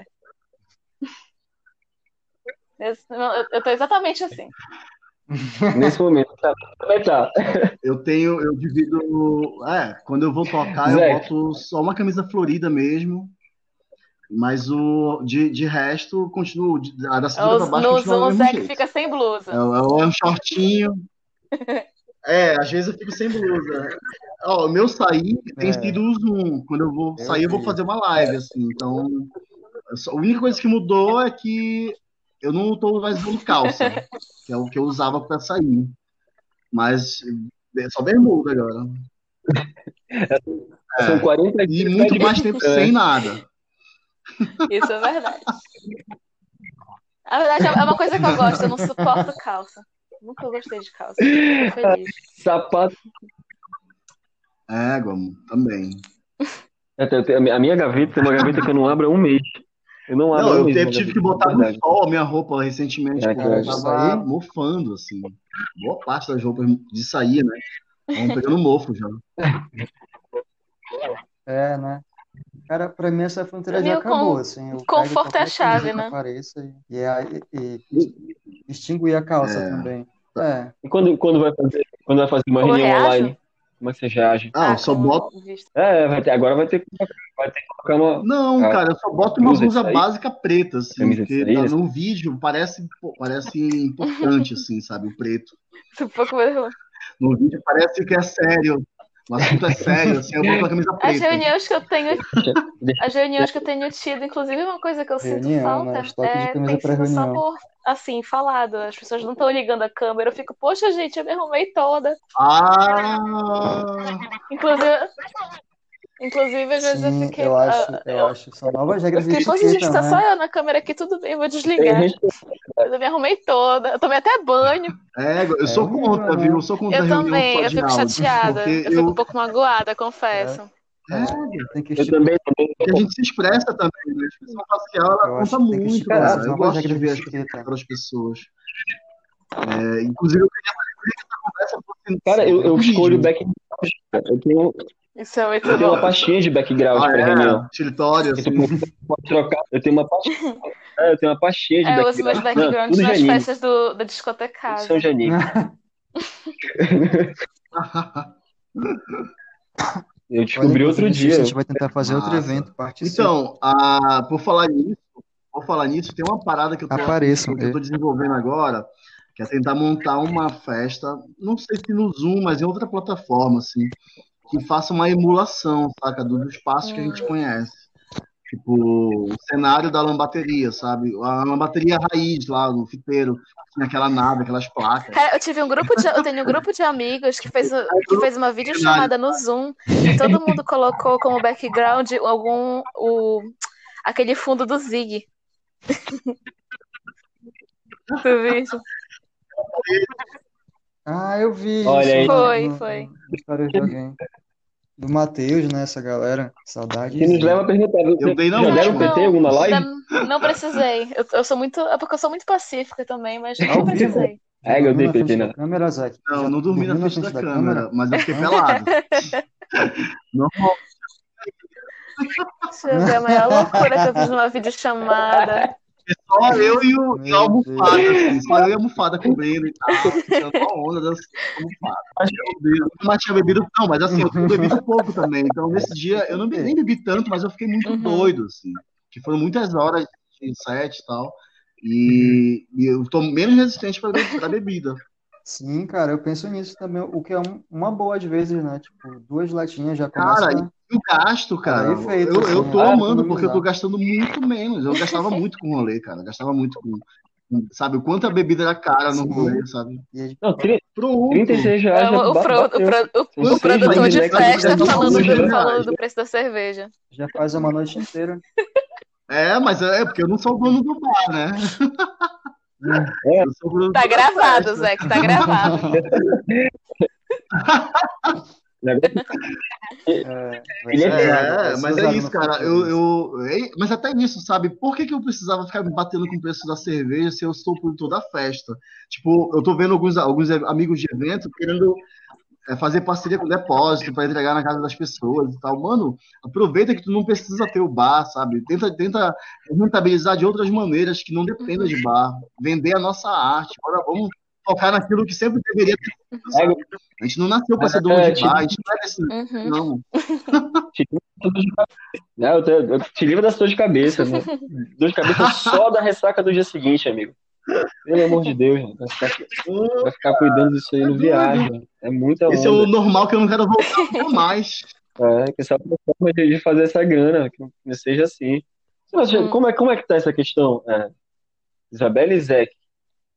Esse- Eu eu tô exatamente assim. Nesse momento, tá? Vai estar. Eu tenho, eu divido. É, quando eu vou tocar, eu Zé. boto só uma camisa florida mesmo. Mas o de, de resto, continuo. de- A da cintura pra Os- baixo No continua do Zoom, o mesmo Zé que jeito. fica sem É, blusa. é um shortinho. É, às vezes eu fico sem blusa. Ó, o meu sair tem É. sido o Zoom. Quando eu vou Eu sair, eu vou vi. fazer uma live, assim. Então, eu só- a única coisa que mudou é que eu não tô mais usando calça, que é o que eu usava para sair. Mas é só bermuda agora. São É, quarenta e dias muito de mais tempo sem nada. Isso é verdade. Na verdade, é uma coisa que eu gosto, eu não suporto calça. Nunca gostei de calça. Fico feliz. sapato. É, Gomo, também. Até eu tenho- A minha a minha gaveta tem uma gaveta que eu não abro há um mês. Eu não abro Não, há um eu mês teve- uma tive gaveta, que de botar no verdade. sol a minha roupa recentemente, É, porque Cara, eu de tava sair? mofando, assim. Boa parte das roupas de sair, né? Estavam pegando mofo já. É, né? Cara, pra mim essa fronteira já Amigo, acabou, com... assim. Eu pego conforto é a qualquer camisa chave, que né? apareça e, e, e, e extinguir a calça É. também. É, E quando, quando vai fazer, quando vai fazer uma Como eu reunião reajo? online, como é que você reage? Ah, eu Ah, só como boto. visto. É, vai ter, agora vai ter que colocar, vai ter que colocar uma Não, a cara, eu só boto uma blusa de blusa sair, básica preta, a assim, camisa de porque sair, tá né? no vídeo parece, pô, parece importante, assim, sabe? O preto. Um pouco mais- No vídeo parece que é sério. O assunto é sério, assim, eu boto uma camisa As preta. reuniões que eu tenho, Deixa, as reuniões que eu tenho tido, inclusive uma coisa que eu sinto reunião, né? falta Estoque de é camisa tem pra sido só reunião. por assim, falado. As pessoas não estão ligando a câmera. Eu fico, poxa, gente, eu me arrumei toda. Ah! Inclusive, inclusive às vezes eu Sim, fiquei, eu ah, acho, eu eu, acho. São novas eu regras de fiquei, poxa, gente, etiqueta, tá só né? eu na câmera aqui, tudo bem, eu vou tem desligar. gente, Mas eu me arrumei toda. Eu tomei até banho. É, eu É sou horrível, contra, viu? Eu né? sou contra Eu a reunião só também, eu de fico áudio, chateada. porque Eu fico eu, um pouco magoada, É, confesso. é. Tem que eu estipular. também, também porque a gente se expressa também, né? A expressão facial, ela Eu conta acho que tem que muito, estipular cara, essas cara. Eu novas gosto de regras de ver as coisas etiqueta. das pessoas. É, inclusive, eu queria que essa conversa fosse cara, eu, eu no escolho vídeo. background. Eu tenho, Isso é muito eu tenho uma bom. pastinha de background Ah, para reunião. é? Escritório, Que tu assim. pode pode trocar. Eu tenho uma pastinha, é, eu tenho uma pastinha de É, eu uso meus background. Não, backgrounds tudo de nas anime. festas do, da Tudo são de discotecagem. anime. Eu Olha, descobri outro inclusive, sexta a gente dia. vai tentar fazer outro Massa. evento. Participe. Então, a, por falar nisso, por falar nisso, tem uma parada que eu tô, Apareçam. que eu tô desenvolvendo agora, que é tentar montar uma festa, não sei se no Zoom, mas em outra plataforma, assim, que faça uma emulação, saca, dos espaços que a gente Hum. conhece. Tipo, o cenário da lambateria, sabe? A lambateria raiz lá, no fiteiro, tinha aquela nave, aquelas placas. Cara, eu tive um grupo de, eu tenho um grupo de amigos que fez, o- que fez uma Cenário. videochamada no Zoom e todo mundo colocou como background algum o aquele fundo do Zig. Tu viu isso? Ah, eu vi Olha isso aí, na, Foi, no, foi. no stories de alguém. Do Matheus, né? Essa galera. que Saudades. nos leva a perguntar, Eu você dei na já deram última. P T em Não, alguma live? ainda não precisei. Eu, eu sou muito, é porque eu sou muito pacífica também, mas nunca Ao vivo? precisei. Já É, eu dormiu dei na P T, frente da né? câmera, Zac? Não, Já não dormi na dormiu na frente da frente da câmera, câmera? mas eu fiquei Não? pelado. Normal. Deixa eu ver a maior loucura que eu fiz numa videochamada. Só eu e, o, e a Meu almofada, Deus. assim. Só eu e a almofada cobrindo e tal, tirando uma onda das almofadas. Eu nunca mais tinha bebido, não, mas assim, eu tenho bebido pouco também. Então, nesse dia, eu não be- nem bebi tanto, mas eu fiquei muito Uhum. doido, assim. Que foram muitas horas de set e tal. E, e eu tô menos resistente para a bebida. Sim, cara, eu penso nisso também, o que é um- uma boa às vezes, né? Tipo, duas latinhas já Cara, começa e o gasto, a cara, dar efeito, eu, assim, eu tô a amando, porque eu tô economizar. gastando muito menos. Eu gastava muito com rolê, cara. Eu gastava muito com. com- Sabe, o quanto a bebida era cara no Sim, rolê, sabe? e a gente- Não, tri- Pronto. trinta e seis reais já Amo o, ba- pro- o, bateu. pro- o- São o Quanto seis produtor long de necks de festa cerveja falando hoje, do, né? falando do preço da cerveja. já faz uma noite inteira. É, mas é porque eu não sou o dono do bar, né? É, Eu sou o dono Tá da gravado, festa. Zé, que tá gravado. É, vai Ele ser é- usado, vai É, ser mas é usado isso, no cara. futuro Eu, isso. eu, é- mas até nisso, sabe? Por que que eu precisava ficar me batendo com o preço da cerveja se eu sou o produtor da festa? Tipo, eu tô vendo alguns, alguns amigos de evento querendo é, fazer parceria com depósito para entregar na casa das pessoas e tal. Mano, aproveita que tu não precisa ter o bar, sabe? Tenta, tenta rentabilizar de outras maneiras que não dependam de bar. Vender a nossa arte. Agora vamos focar naquilo que sempre deveria ter sido, É, sabe? A gente não nasceu para ser dono é, de te, bar, a gente não é desse. Uhum. Não. te, não, eu, te, eu te livro das dor de cabeça, né? Dor de cabeça só da ressaca do dia seguinte, amigo. Pelo amor de Deus, né? vai, ficar, vai ficar cuidando disso aí É no doido. viagem. É muita Esse é o onda. normal que eu não quero voltar nunca mais. É, que essa forma de de fazer essa grana, que não seja assim. Mas, Hum. como, é, como é que tá essa questão? É, Isabela e Zeke,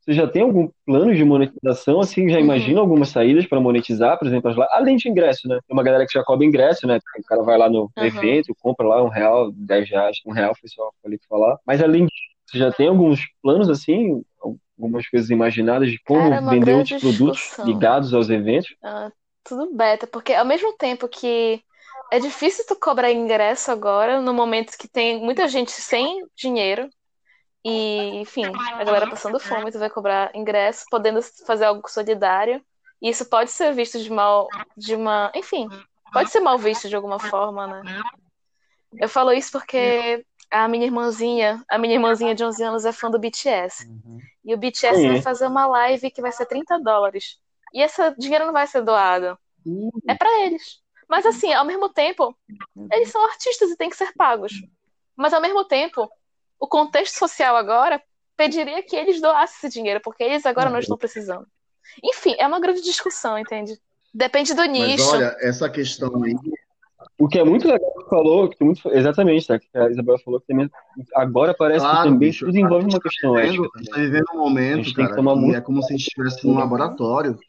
Você já tem algum plano de monetização, assim, já imagina Uhum. algumas saídas para monetizar, por exemplo, as li- além de ingresso, né? Tem uma galera que já cobra ingresso, né? O cara vai lá no Aham. evento, compra lá um real, dez reais, um real, foi só falei que falar. Mas além disso, você já tem alguns planos, assim, algumas coisas imaginadas de como Cara, é uma vender outros grande produtos discussão. ligados aos eventos? Ah, tudo beta, porque ao mesmo tempo que é difícil tu cobrar ingresso agora, no momento que tem muita gente sem dinheiro e, enfim, a galera passando fome, tu vai cobrar ingresso, podendo fazer algo solidário. E isso pode ser visto de mal, de uma, enfim, pode ser mal visto de alguma forma, né? Eu falo isso porque a minha irmãzinha, a minha irmãzinha de onze anos é fã do B T S. Uhum. E o B T S vai Sim, fazer uma live que vai ser trinta dólares. E esse dinheiro não vai ser doado. É Hum, pra eles. Mas assim, ao mesmo tempo, eles são artistas e têm que ser pagos. Mas ao mesmo tempo, o contexto social agora pediria que eles doassem esse dinheiro, porque eles agora não estão precisando. Enfim, é uma grande discussão, entende? Depende do Mas nicho. olha, essa questão aí, o que é muito legal que você falou, que muito, exatamente, tá? Que a Isabela falou que também, agora parece que claro, também bicho, tudo a envolve gente uma está questão vivendo, ética a gente também. tá vivendo um A momento, gente tem que cara, tomar que muito é como se a gente estivesse num cuidado. Uhum, laboratório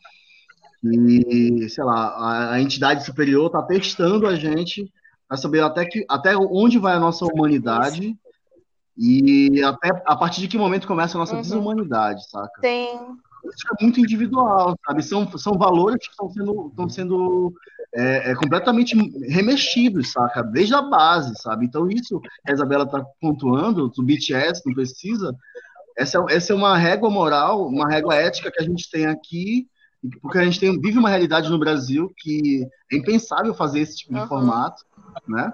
e, sei lá, a, a entidade superior está testando a gente para saber até, que, até onde vai a nossa isso. humanidade e até a partir de que momento começa a nossa Uhum. desumanidade, saca? Tem. Isso é muito individual, sabe? São, são valores que estão sendo, estão Uhum. sendo é, é, completamente remexidos, saca? Desde a base, sabe? Então, isso que a Isabela está pontuando, do B T S, não precisa, essa, é- essa é uma régua moral, uma régua ética que a gente tem aqui, porque a gente tem, vive uma realidade no Brasil que é impensável fazer esse tipo de Uhum. formato, né?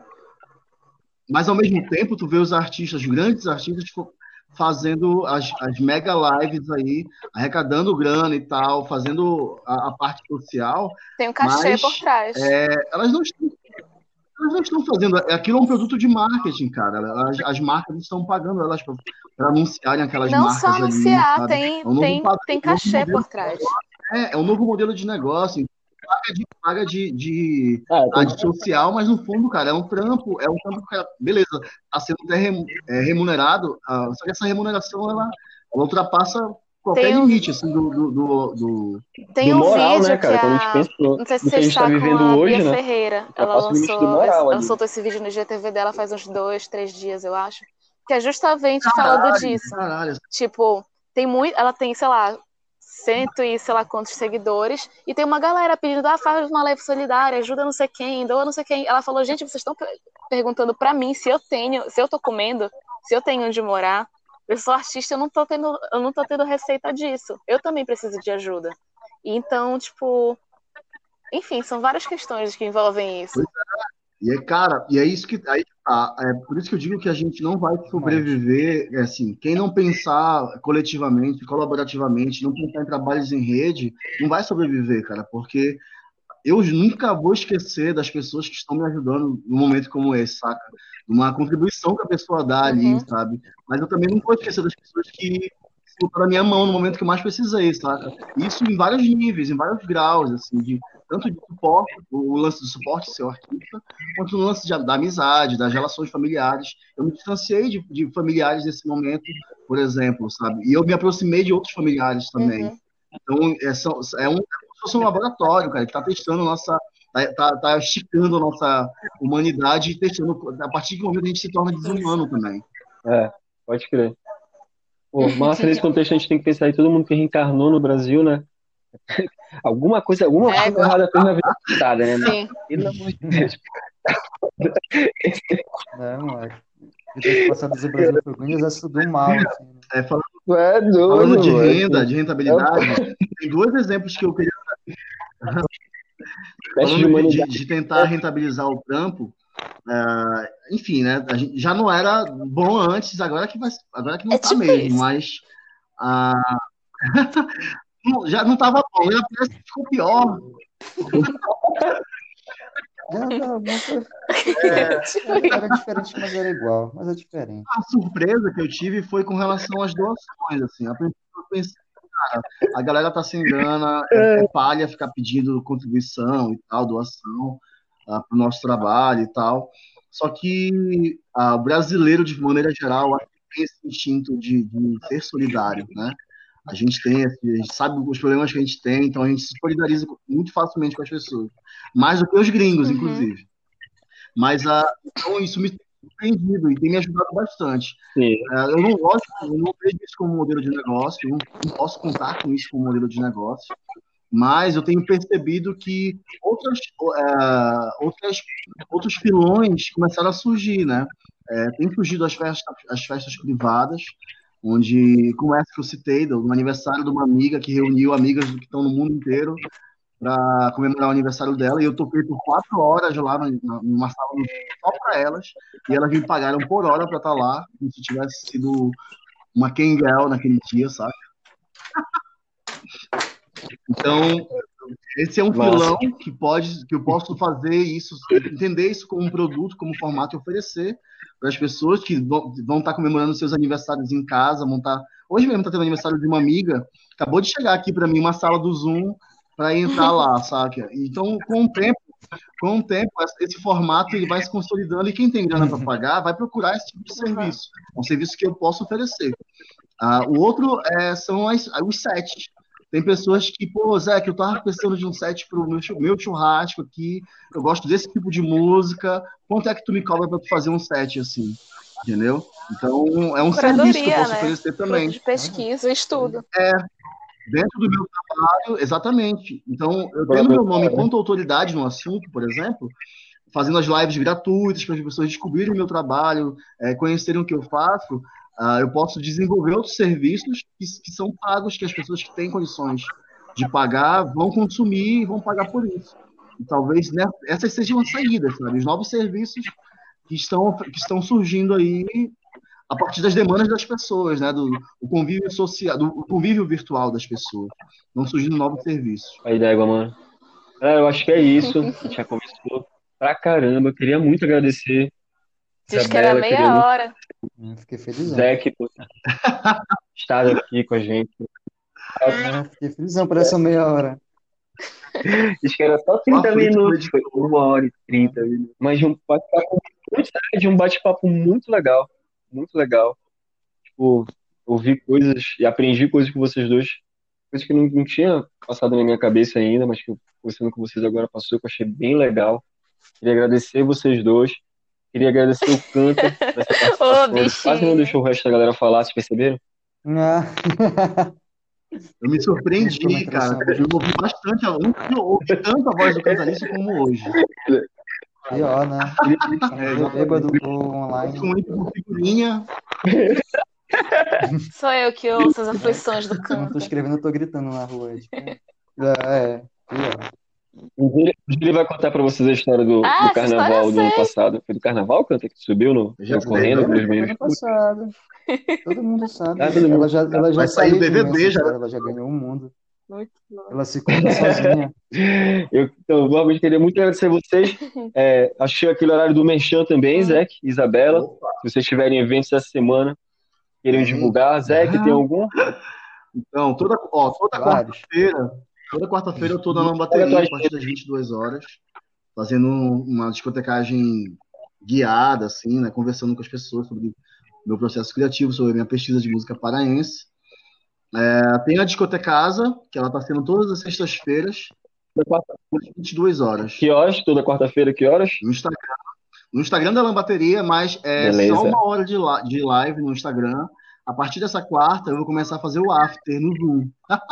Mas, ao mesmo tempo, tu vê os artistas, grandes artistas, fo- fazendo as, as mega lives aí, arrecadando grana e tal, fazendo a, a parte social, Tem um cachê por mas trás. é, elas não estão, elas não estão fazendo. Aquilo é um produto de marketing, cara. As, as marcas estão pagando elas para anunciarem aquelas Não só marcas ali, anunciar, sabe? tem, É um novo tem, padrão, tem um novo cachê modelo, por trás. é, é um novo modelo de negócio. Paga de, paga de, de, Ah, ah, como- de social, mas no fundo, cara, é um trampo, é um trampo que, cara, beleza, está sendo até remu- é, remunerado, ah, só que essa remuneração ela, ela ultrapassa qualquer Tem um, limite assim, do, do, do, do- tem do um moral, né, vídeo que cara? Quando a gente a. pensa no, Não sei se no que a vocês gente está sacam vivendo a Bia hoje, né? Ferreira. Ela Ultrapassa o limite do lançou, moral ela ali. soltou esse vídeo no G T V dela faz uns dois, três dias, eu acho. Que é justamente falando caralho, disso. caralho. Tipo, tem muito. Ela tem, sei lá, cento e sei lá quantos seguidores. E tem uma galera pedindo, ah, faz uma live solidária, ajuda não sei quem, doa não sei quem. Ela falou, gente, vocês estão perguntando pra mim se eu tenho, se eu tô comendo, se eu tenho onde morar. Eu sou artista, eu não tô tendo, eu não tô tendo receita disso. Eu também preciso de ajuda. E então, tipo, enfim, são várias questões que envolvem isso. E é, cara, e é isso que aí, tá, é por isso que eu digo que a gente não vai Realmente. sobreviver, é assim, quem não pensar coletivamente, colaborativamente, não pensar em trabalhos em rede, não vai sobreviver, cara, porque eu nunca vou esquecer das pessoas que estão me ajudando num momento como esse, saca? Uma contribuição que a pessoa dá ali, Uhum, sabe? Mas eu também não vou esquecer das pessoas que botaram a minha mão no momento que eu mais precisei, saca? Isso em vários níveis, em vários graus, assim, de tanto de suporte, o lance do suporte ser artista, quanto no lance de, da amizade, das relações familiares. Eu me distanciei de, de familiares nesse momento, por exemplo, sabe? E eu me aproximei de outros familiares também. uhum. Então, é, são- é um, é como se fosse um laboratório, cara, que está testando a nossa. Tá, tá, tá esticando a nossa humanidade e testando. A partir do momento a gente se torna Isso. desumano também. É, pode crer. Pô, massa, nesse contexto a gente tem que pensar em todo mundo que reencarnou no Brasil, né? Alguma coisa, alguma coisa Égua. errada fez na vida passada, né? Mas, Sim. pelo amor de Deus. Né, moleque? Vidas passadas o Brasil foi um exército do mal, assim, né? É, falando, Tu é falando de doido, é renda, assim. de É uma rentabilidade, tem dois exemplos que eu queria. teste de Falando de, de, humanidade. de tentar rentabilizar o trampo, é, enfim, né? A gente já não era bom antes, agora que, vai, agora que não É está tipo mesmo, isso. mas ah, não- já não estava bom, já parece que ficou pior. Já tá, nunca. Tipo Era, isso. era diferente, mas era igual. Mas é diferente. A surpresa que eu tive foi com relação às doações, assim. A princípio eu pensei, cara, a galera tá sem grana, é, é palha ficar pedindo contribuição e tal, doação para o nosso trabalho e tal. Só que ah, o brasileiro, de maneira geral, acho que tem esse instinto de, de ser solidário, né? A gente tem, assim, a gente sabe os problemas que a gente tem, então a gente se solidariza muito facilmente com as pessoas. Mais do que os gringos, Uhum. inclusive. Mas a, então isso me tem surpreendido e tem me ajudado bastante. Sim. É, eu não gosto, eu não vejo isso como modelo de negócio, eu não, não posso contar com isso como modelo de negócio, mas eu tenho percebido que outras, é, outras, outros filões começaram a surgir, né? É, tem surgido as festas, as festas privadas, onde, como essa que eu citei, do, do aniversário de uma amiga que reuniu amigas que estão no mundo inteiro para comemorar o aniversário dela, e eu toquei por quatro horas lá na- numa sala só para elas, e elas me pagaram por hora para estar lá, como se tivesse sido uma Kengel naquele dia, sabe? Então, esse é um Massa. filão que pode, que eu posso fazer isso, entender isso como um produto, como formato e oferecer para as pessoas que vão, vão estar comemorando seus aniversários em casa, vão estar, hoje mesmo está tendo aniversário de uma amiga, acabou de chegar aqui para mim uma sala do Zoom para entrar lá, sabe? Então, com o tempo, com o tempo, esse formato ele vai se consolidando e quem tem grana para pagar vai procurar esse tipo de serviço. É um serviço que eu posso oferecer. Ah, o outro é, são as, os sets. Tem pessoas que, pô, Zé, que eu tava pensando de um set pro meu, chu- meu churrasco aqui, eu gosto desse tipo de música, quanto é que tu me cobra para tu fazer um set assim? Entendeu? Então, é um serviço que eu Curadoria, posso né? oferecer Fruto também. de pesquisa, estudo. Dentro do meu trabalho, exatamente. Então, eu tendo meu nome Colaborar, né? enquanto autoridade no assunto, por exemplo, fazendo as lives gratuitas para as pessoas descobrirem o meu trabalho, é, conhecerem o que eu faço, ah, eu posso desenvolver outros serviços que, que são pagos, que as pessoas que têm condições de pagar vão consumir e vão pagar por isso. E talvez né, essas sejam as saídas, sabe? Os novos serviços que estão, que estão surgindo aí a partir das demandas das pessoas, né? Do, do convívio social, do convívio virtual das pessoas. Vão surgindo novos serviços. Aí, Dégua, mano. É, eu acho que é isso. A gente já conversou pra caramba. Eu queria muito agradecer Diz que era Isabela, queria meia muito hora. Eu fiquei felizão. Zé por estar aqui com a gente. É, fiquei felizão por essa meia hora. Diz que era só Só trinta aflito com o minutos, foi editor. uma hora e trinta minutos. Mas de um bate-papo muito sério, de um bate-papo muito legal. Muito legal. Tipo, ouvi coisas e aprendi coisas com vocês dois. Coisas que não, não tinha passado na minha cabeça ainda, mas que eu conversando com vocês agora passou, que eu achei bem legal. Queria agradecer vocês dois. Queria agradecer o Canta dessa Ô, participação. Ele quase não bichinho. deixou o resto da galera falar, vocês perceberam? Ah. Eu me Os surpreendi, comentários cara. são Eu ouvi bastante, eu nunca ouvi tanto a voz do Cantalice como hoje. pior, né? É, Ver bêbado ou se online. comunica por figurinha. Sou eu que ouço as aflições do Quando eu tô canto. escrevendo, eu tô gritando na rua. Tipo, é, pior. Ele, ele vai contar pra vocês a história do, Ah, do essa história carnaval eu do ano sei. passado. Foi do carnaval, Canta, que subiu no, Já no sei, correndo né? pelos meios. Ano passado. Todo mundo sabe. Ah, todo Ela mundo. já, ela já Vai sair saiu o de mim essa B V B já. história, ela já ganhou o mundo. Muito bom. Ela se conta sozinha. Eu, então, eu queria muito agradecer vocês. É, achei aquele horário do Merchan também, Hum. Zé, Isabela. Opa, Se vocês tiverem eventos essa semana, queiram tem. divulgar. Zé, tem algum? Então, toda, ó, toda Vários. quarta-feira, toda quarta-feira eu tô na Lambateria a partir das vinte e duas horas, fazendo uma discotecagem guiada, assim, né, conversando com as pessoas sobre o meu processo criativo, sobre a minha pesquisa de música paraense. É, tem a Discotecasa, que ela tá sendo todas as sextas-feiras, às vinte e duas horas. Que horas? Toda quarta-feira, que horas? No Instagram, no Instagram da Lambateria, mas é Beleza. só uma hora de, li- de live no Instagram. A partir dessa quarta, eu vou começar a fazer o after no Zoom.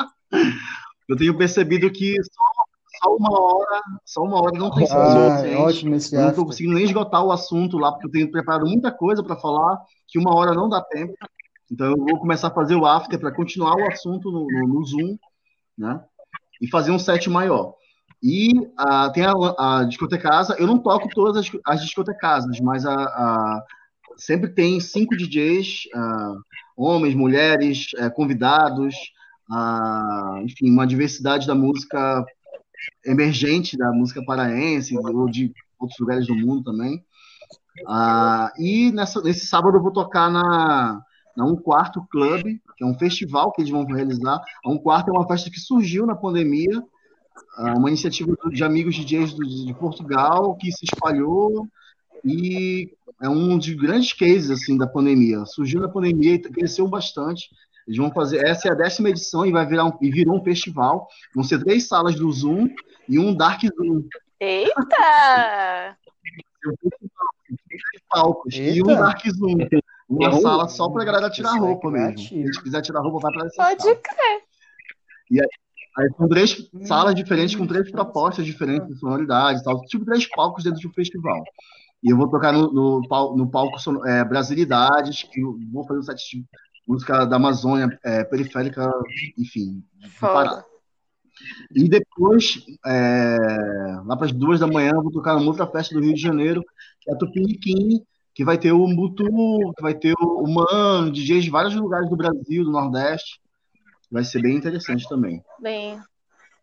Eu tenho percebido que só, só uma hora, só uma hora não tem sido Ah, é suficiente. ótimo esse Eu não estou after. conseguindo nem esgotar o assunto lá, porque eu tenho preparado muita coisa para falar, que uma hora não dá tempo. Então eu vou começar a fazer o after para continuar o assunto no, no, no Zoom, né? E fazer um set maior. E ah, tem a, a discotecasa, eu não toco todas as, as discotecasas, mas a, a- sempre tem cinco D Js, ah, homens, mulheres, eh, convidados, ah, enfim, uma diversidade da música emergente, da música paraense, ou de outros lugares do mundo também. Ah, e nessa, nesse sábado eu vou tocar na, na Um Quarto Club, que é um festival que eles vão realizar. A Um Quarto é uma festa que surgiu na pandemia, ah, uma iniciativa de amigos D Js do- de Portugal que se espalhou e é um dos grandes cases assim da pandemia. Surgiu na pandemia e cresceu bastante. Eles vão fazer, essa é a décima edição e vai virar um, e virou um festival. Vão ser três salas do Zoom e um Dark Zoom. Eita! Três palcos e um Eita. Dark Zoom. Uma Uhum. sala só pra galera tirar Isso é roupa mesmo. criativo. Se a gente quiser tirar roupa, vai pra essa Pode sala. crer. Aí são três Hum, salas diferentes, com três hum, propostas diferentes de sonoridades e tal. Tipo, três palcos dentro de um festival. E eu vou tocar no, no, pal- no palco sono- é, Brasilidades, que eu vou fazer um set de música da Amazônia, é, periférica, enfim, do Pará. Foda. E depois, é, lá para as duas da manhã, eu vou tocar numa outra festa do Rio de Janeiro, que é a Tupiniquim, que vai ter o Mbutu, que vai ter o Mano, D Js de vários lugares do Brasil, do Nordeste. Vai ser bem interessante também. Bem, de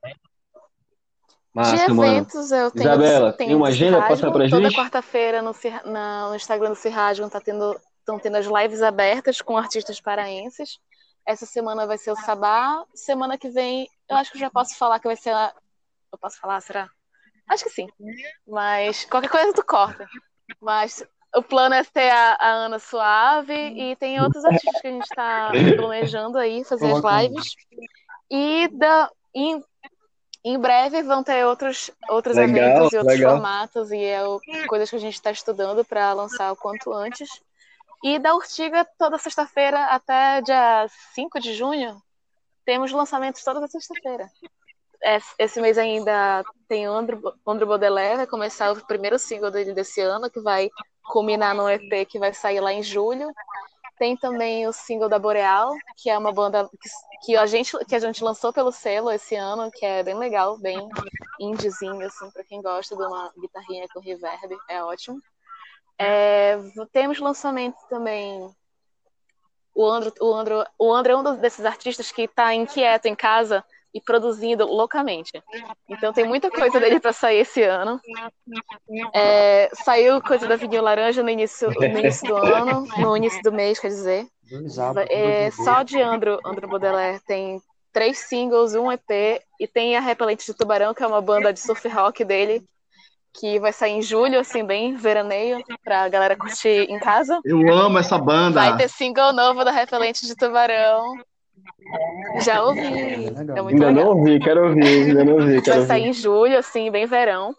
Massa, mano. eventos eu tenho, Isabela, tem tenho uma do agenda pra passar Cirrasgo. pra Toda gente? quarta-feira no, Cir- na- no Instagram do Cirrasgo tá tendo, estão tendo as lives abertas com artistas paraenses. Essa semana vai ser o Sabá. Semana que vem, eu acho que eu já posso falar que vai ser a... Eu posso falar, será? Acho que sim. Mas qualquer coisa tu corta. Mas o plano é ter a, a Ana Suave e tem outros artistas que a gente tá planejando aí, fazer as Coloca um- lives. E da, em, em breve vão ter outros, outros Legal, eventos e outros legal. formatos e é o- coisas que a gente está estudando para lançar o quanto antes. E da Urtiga, toda sexta-feira até dia cinco de junho, temos lançamentos toda sexta-feira. Es- Esse mês ainda tem o Andro, Andro Baudelaire, vai começar o primeiro single dele desse ano, que vai culminar num E P que vai sair lá em julho. Tem também o single da Boreal, que é uma banda que, que, a, gente, que a gente lançou pelo selo esse ano, que é bem legal, bem indiezinho, assim, pra quem gosta de uma guitarrinha com reverb, é ótimo. É, v- temos lançamento também. O Andro, o Andro, o Andro é um dos- desses artistas que tá inquieto em casa e produzindo loucamente. Então tem muita coisa dele pra sair esse ano. É, saiu coisa da Vinil Laranja no início, no início do ano, no início do mês, quer dizer. Dois álbuns, É, D V D. só de Andro, Andro Baudelaire tem três singles, um E P, e tem a Repelente de Tubarão, que é uma banda de surf rock dele, que vai sair em julho, assim, bem veraneio, pra galera curtir em casa. Eu amo essa banda. Vai ter single novo da Repelente de Tubarão. Já ouvi. É legal. É muito Ainda legal. não ouvi, quero ouvir, ainda não ouvi, Vai quero sair ouvir. em julho, assim, bem verão.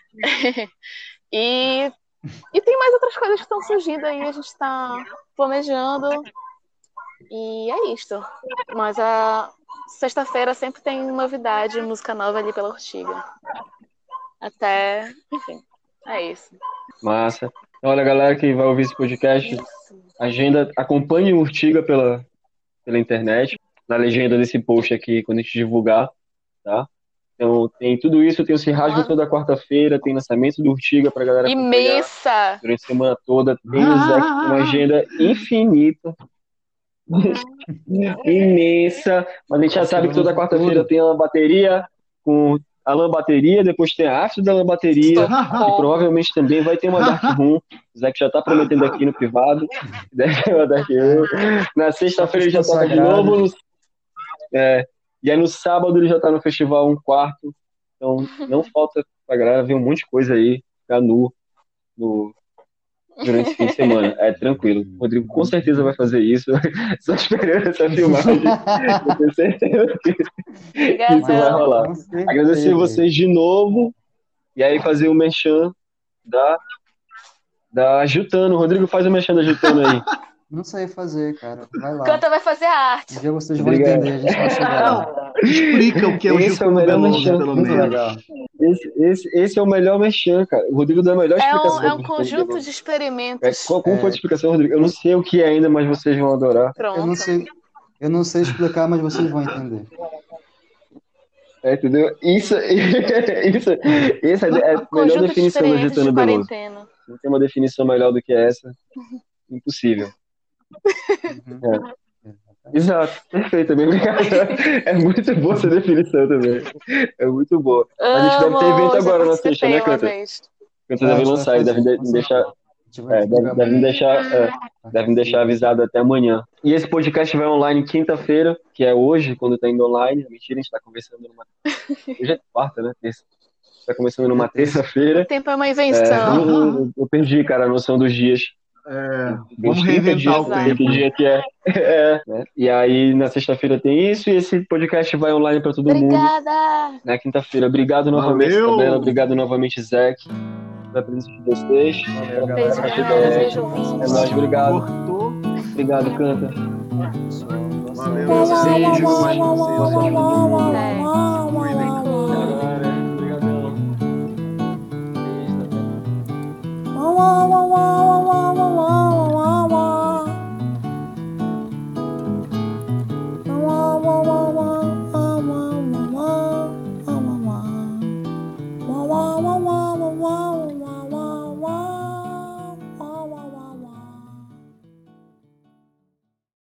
E, e tem mais outras coisas que estão surgindo aí, a gente está planejando. E é isto. Mas a sexta-feira sempre tem novidade, música nova ali pela Urtiga. Até, enfim, é isso. Massa. Olha, galera que vai ouvir esse podcast, Isso. agenda, acompanhe o Urtiga pela, pela internet, na legenda desse post aqui, quando a gente divulgar, tá? Então, tem tudo isso, tem o Cirrasgo toda quarta-feira, tem lançamento do Urtiga pra galera E acompanhar missa! durante a semana toda, tem o Zé com uma agenda infinita, imensa, mas a gente já sabe que toda quarta-feira tem a bateria com a Lan Bateria, depois tem a arte da Lan Bateria, e provavelmente também vai ter uma Dark Room. O Zé que já tá prometendo aqui no privado, deve ter uma Dark Room. Na sexta-feira ele já toca de novo, no, é, e aí no sábado ele já tá no festival um quarto, então não falta pra galera ver um monte de coisa aí, ficar nu no, durante esse fim de semana. É tranquilo. O Rodrigo com certeza vai fazer isso. Só esperando essa filmagem. Eu tenho certeza que Obrigada. isso vai rolar. Com certeza. Agradecer vocês de novo. E aí fazer o merchan da, da Jutano. Rodrigo, faz o merchan da Jutano aí. Não sei fazer, cara. Vai lá. Canta vai fazer a arte. Um dia vocês vão Obrigado. entender, a gente vai chegar lá. Explica o que é o Esse é o Jutano melhor Veloso, merchan. pelo Muito menos. legal. Esse, esse, esse é o melhor merchan, cara. O Rodrigo dá a melhor É explicação. um, é um do Jutano conjunto Veloso. de É, experimentos. qual, como foi a É. explicação, Rodrigo? Eu não sei o que é ainda, mas vocês vão adorar. Eu não Pronto. sei, eu não sei explicar, mas vocês vão entender. É, entendeu? Isso, isso, essa é a melhor Conjunto de definição do experiências de Jutano Veloso. quarentena. Não tem uma definição melhor do que essa. Impossível. Uhum. Exato, perfeito, bem obrigado. É muito boa essa definição também. É muito boa. Mas a gente deve ter Amo, evento já agora na participei sexta, né, uma Canta? vez. Canta É, a deve gente vai lançar e deve fazer, de- com me deixar, certeza. A gente vai é, deve, divulgar deve me muito. deixar, é, deve me deixar avisado até amanhã. E esse podcast vai online quinta-feira, que é hoje, quando tá indo online. Mentira, a gente tá conversando numa. Hoje é quarta, né? Terça. Tá começando numa Hoje é terça. O terça-feira. tempo é uma É, invenção. eu, eu- eu perdi, cara, a noção dos dias. É, Tem uns vamos trinta reinventar dias, o tem que tempo. dia que é. É, né? E aí na sexta-feira tem isso e esse podcast vai online para todo mundo Obrigada! na quinta-feira. Obrigado novamente, Valeu! Isabela. Obrigado novamente, Zeke, pela presença de vocês. Valeu, Beijo, galera. meninas. É, Beijo, é ouvintes. nóis, obrigado. Cortou. Obrigado, Canta. Pessoal, boa Valeu, sorte. meus Beijos. queridos. Boa sorte pra todo mundo. É. Se cuidem. Obrigadão. Beijo, Isabela. Wow, wow, wow, wow, wow, wow, wow.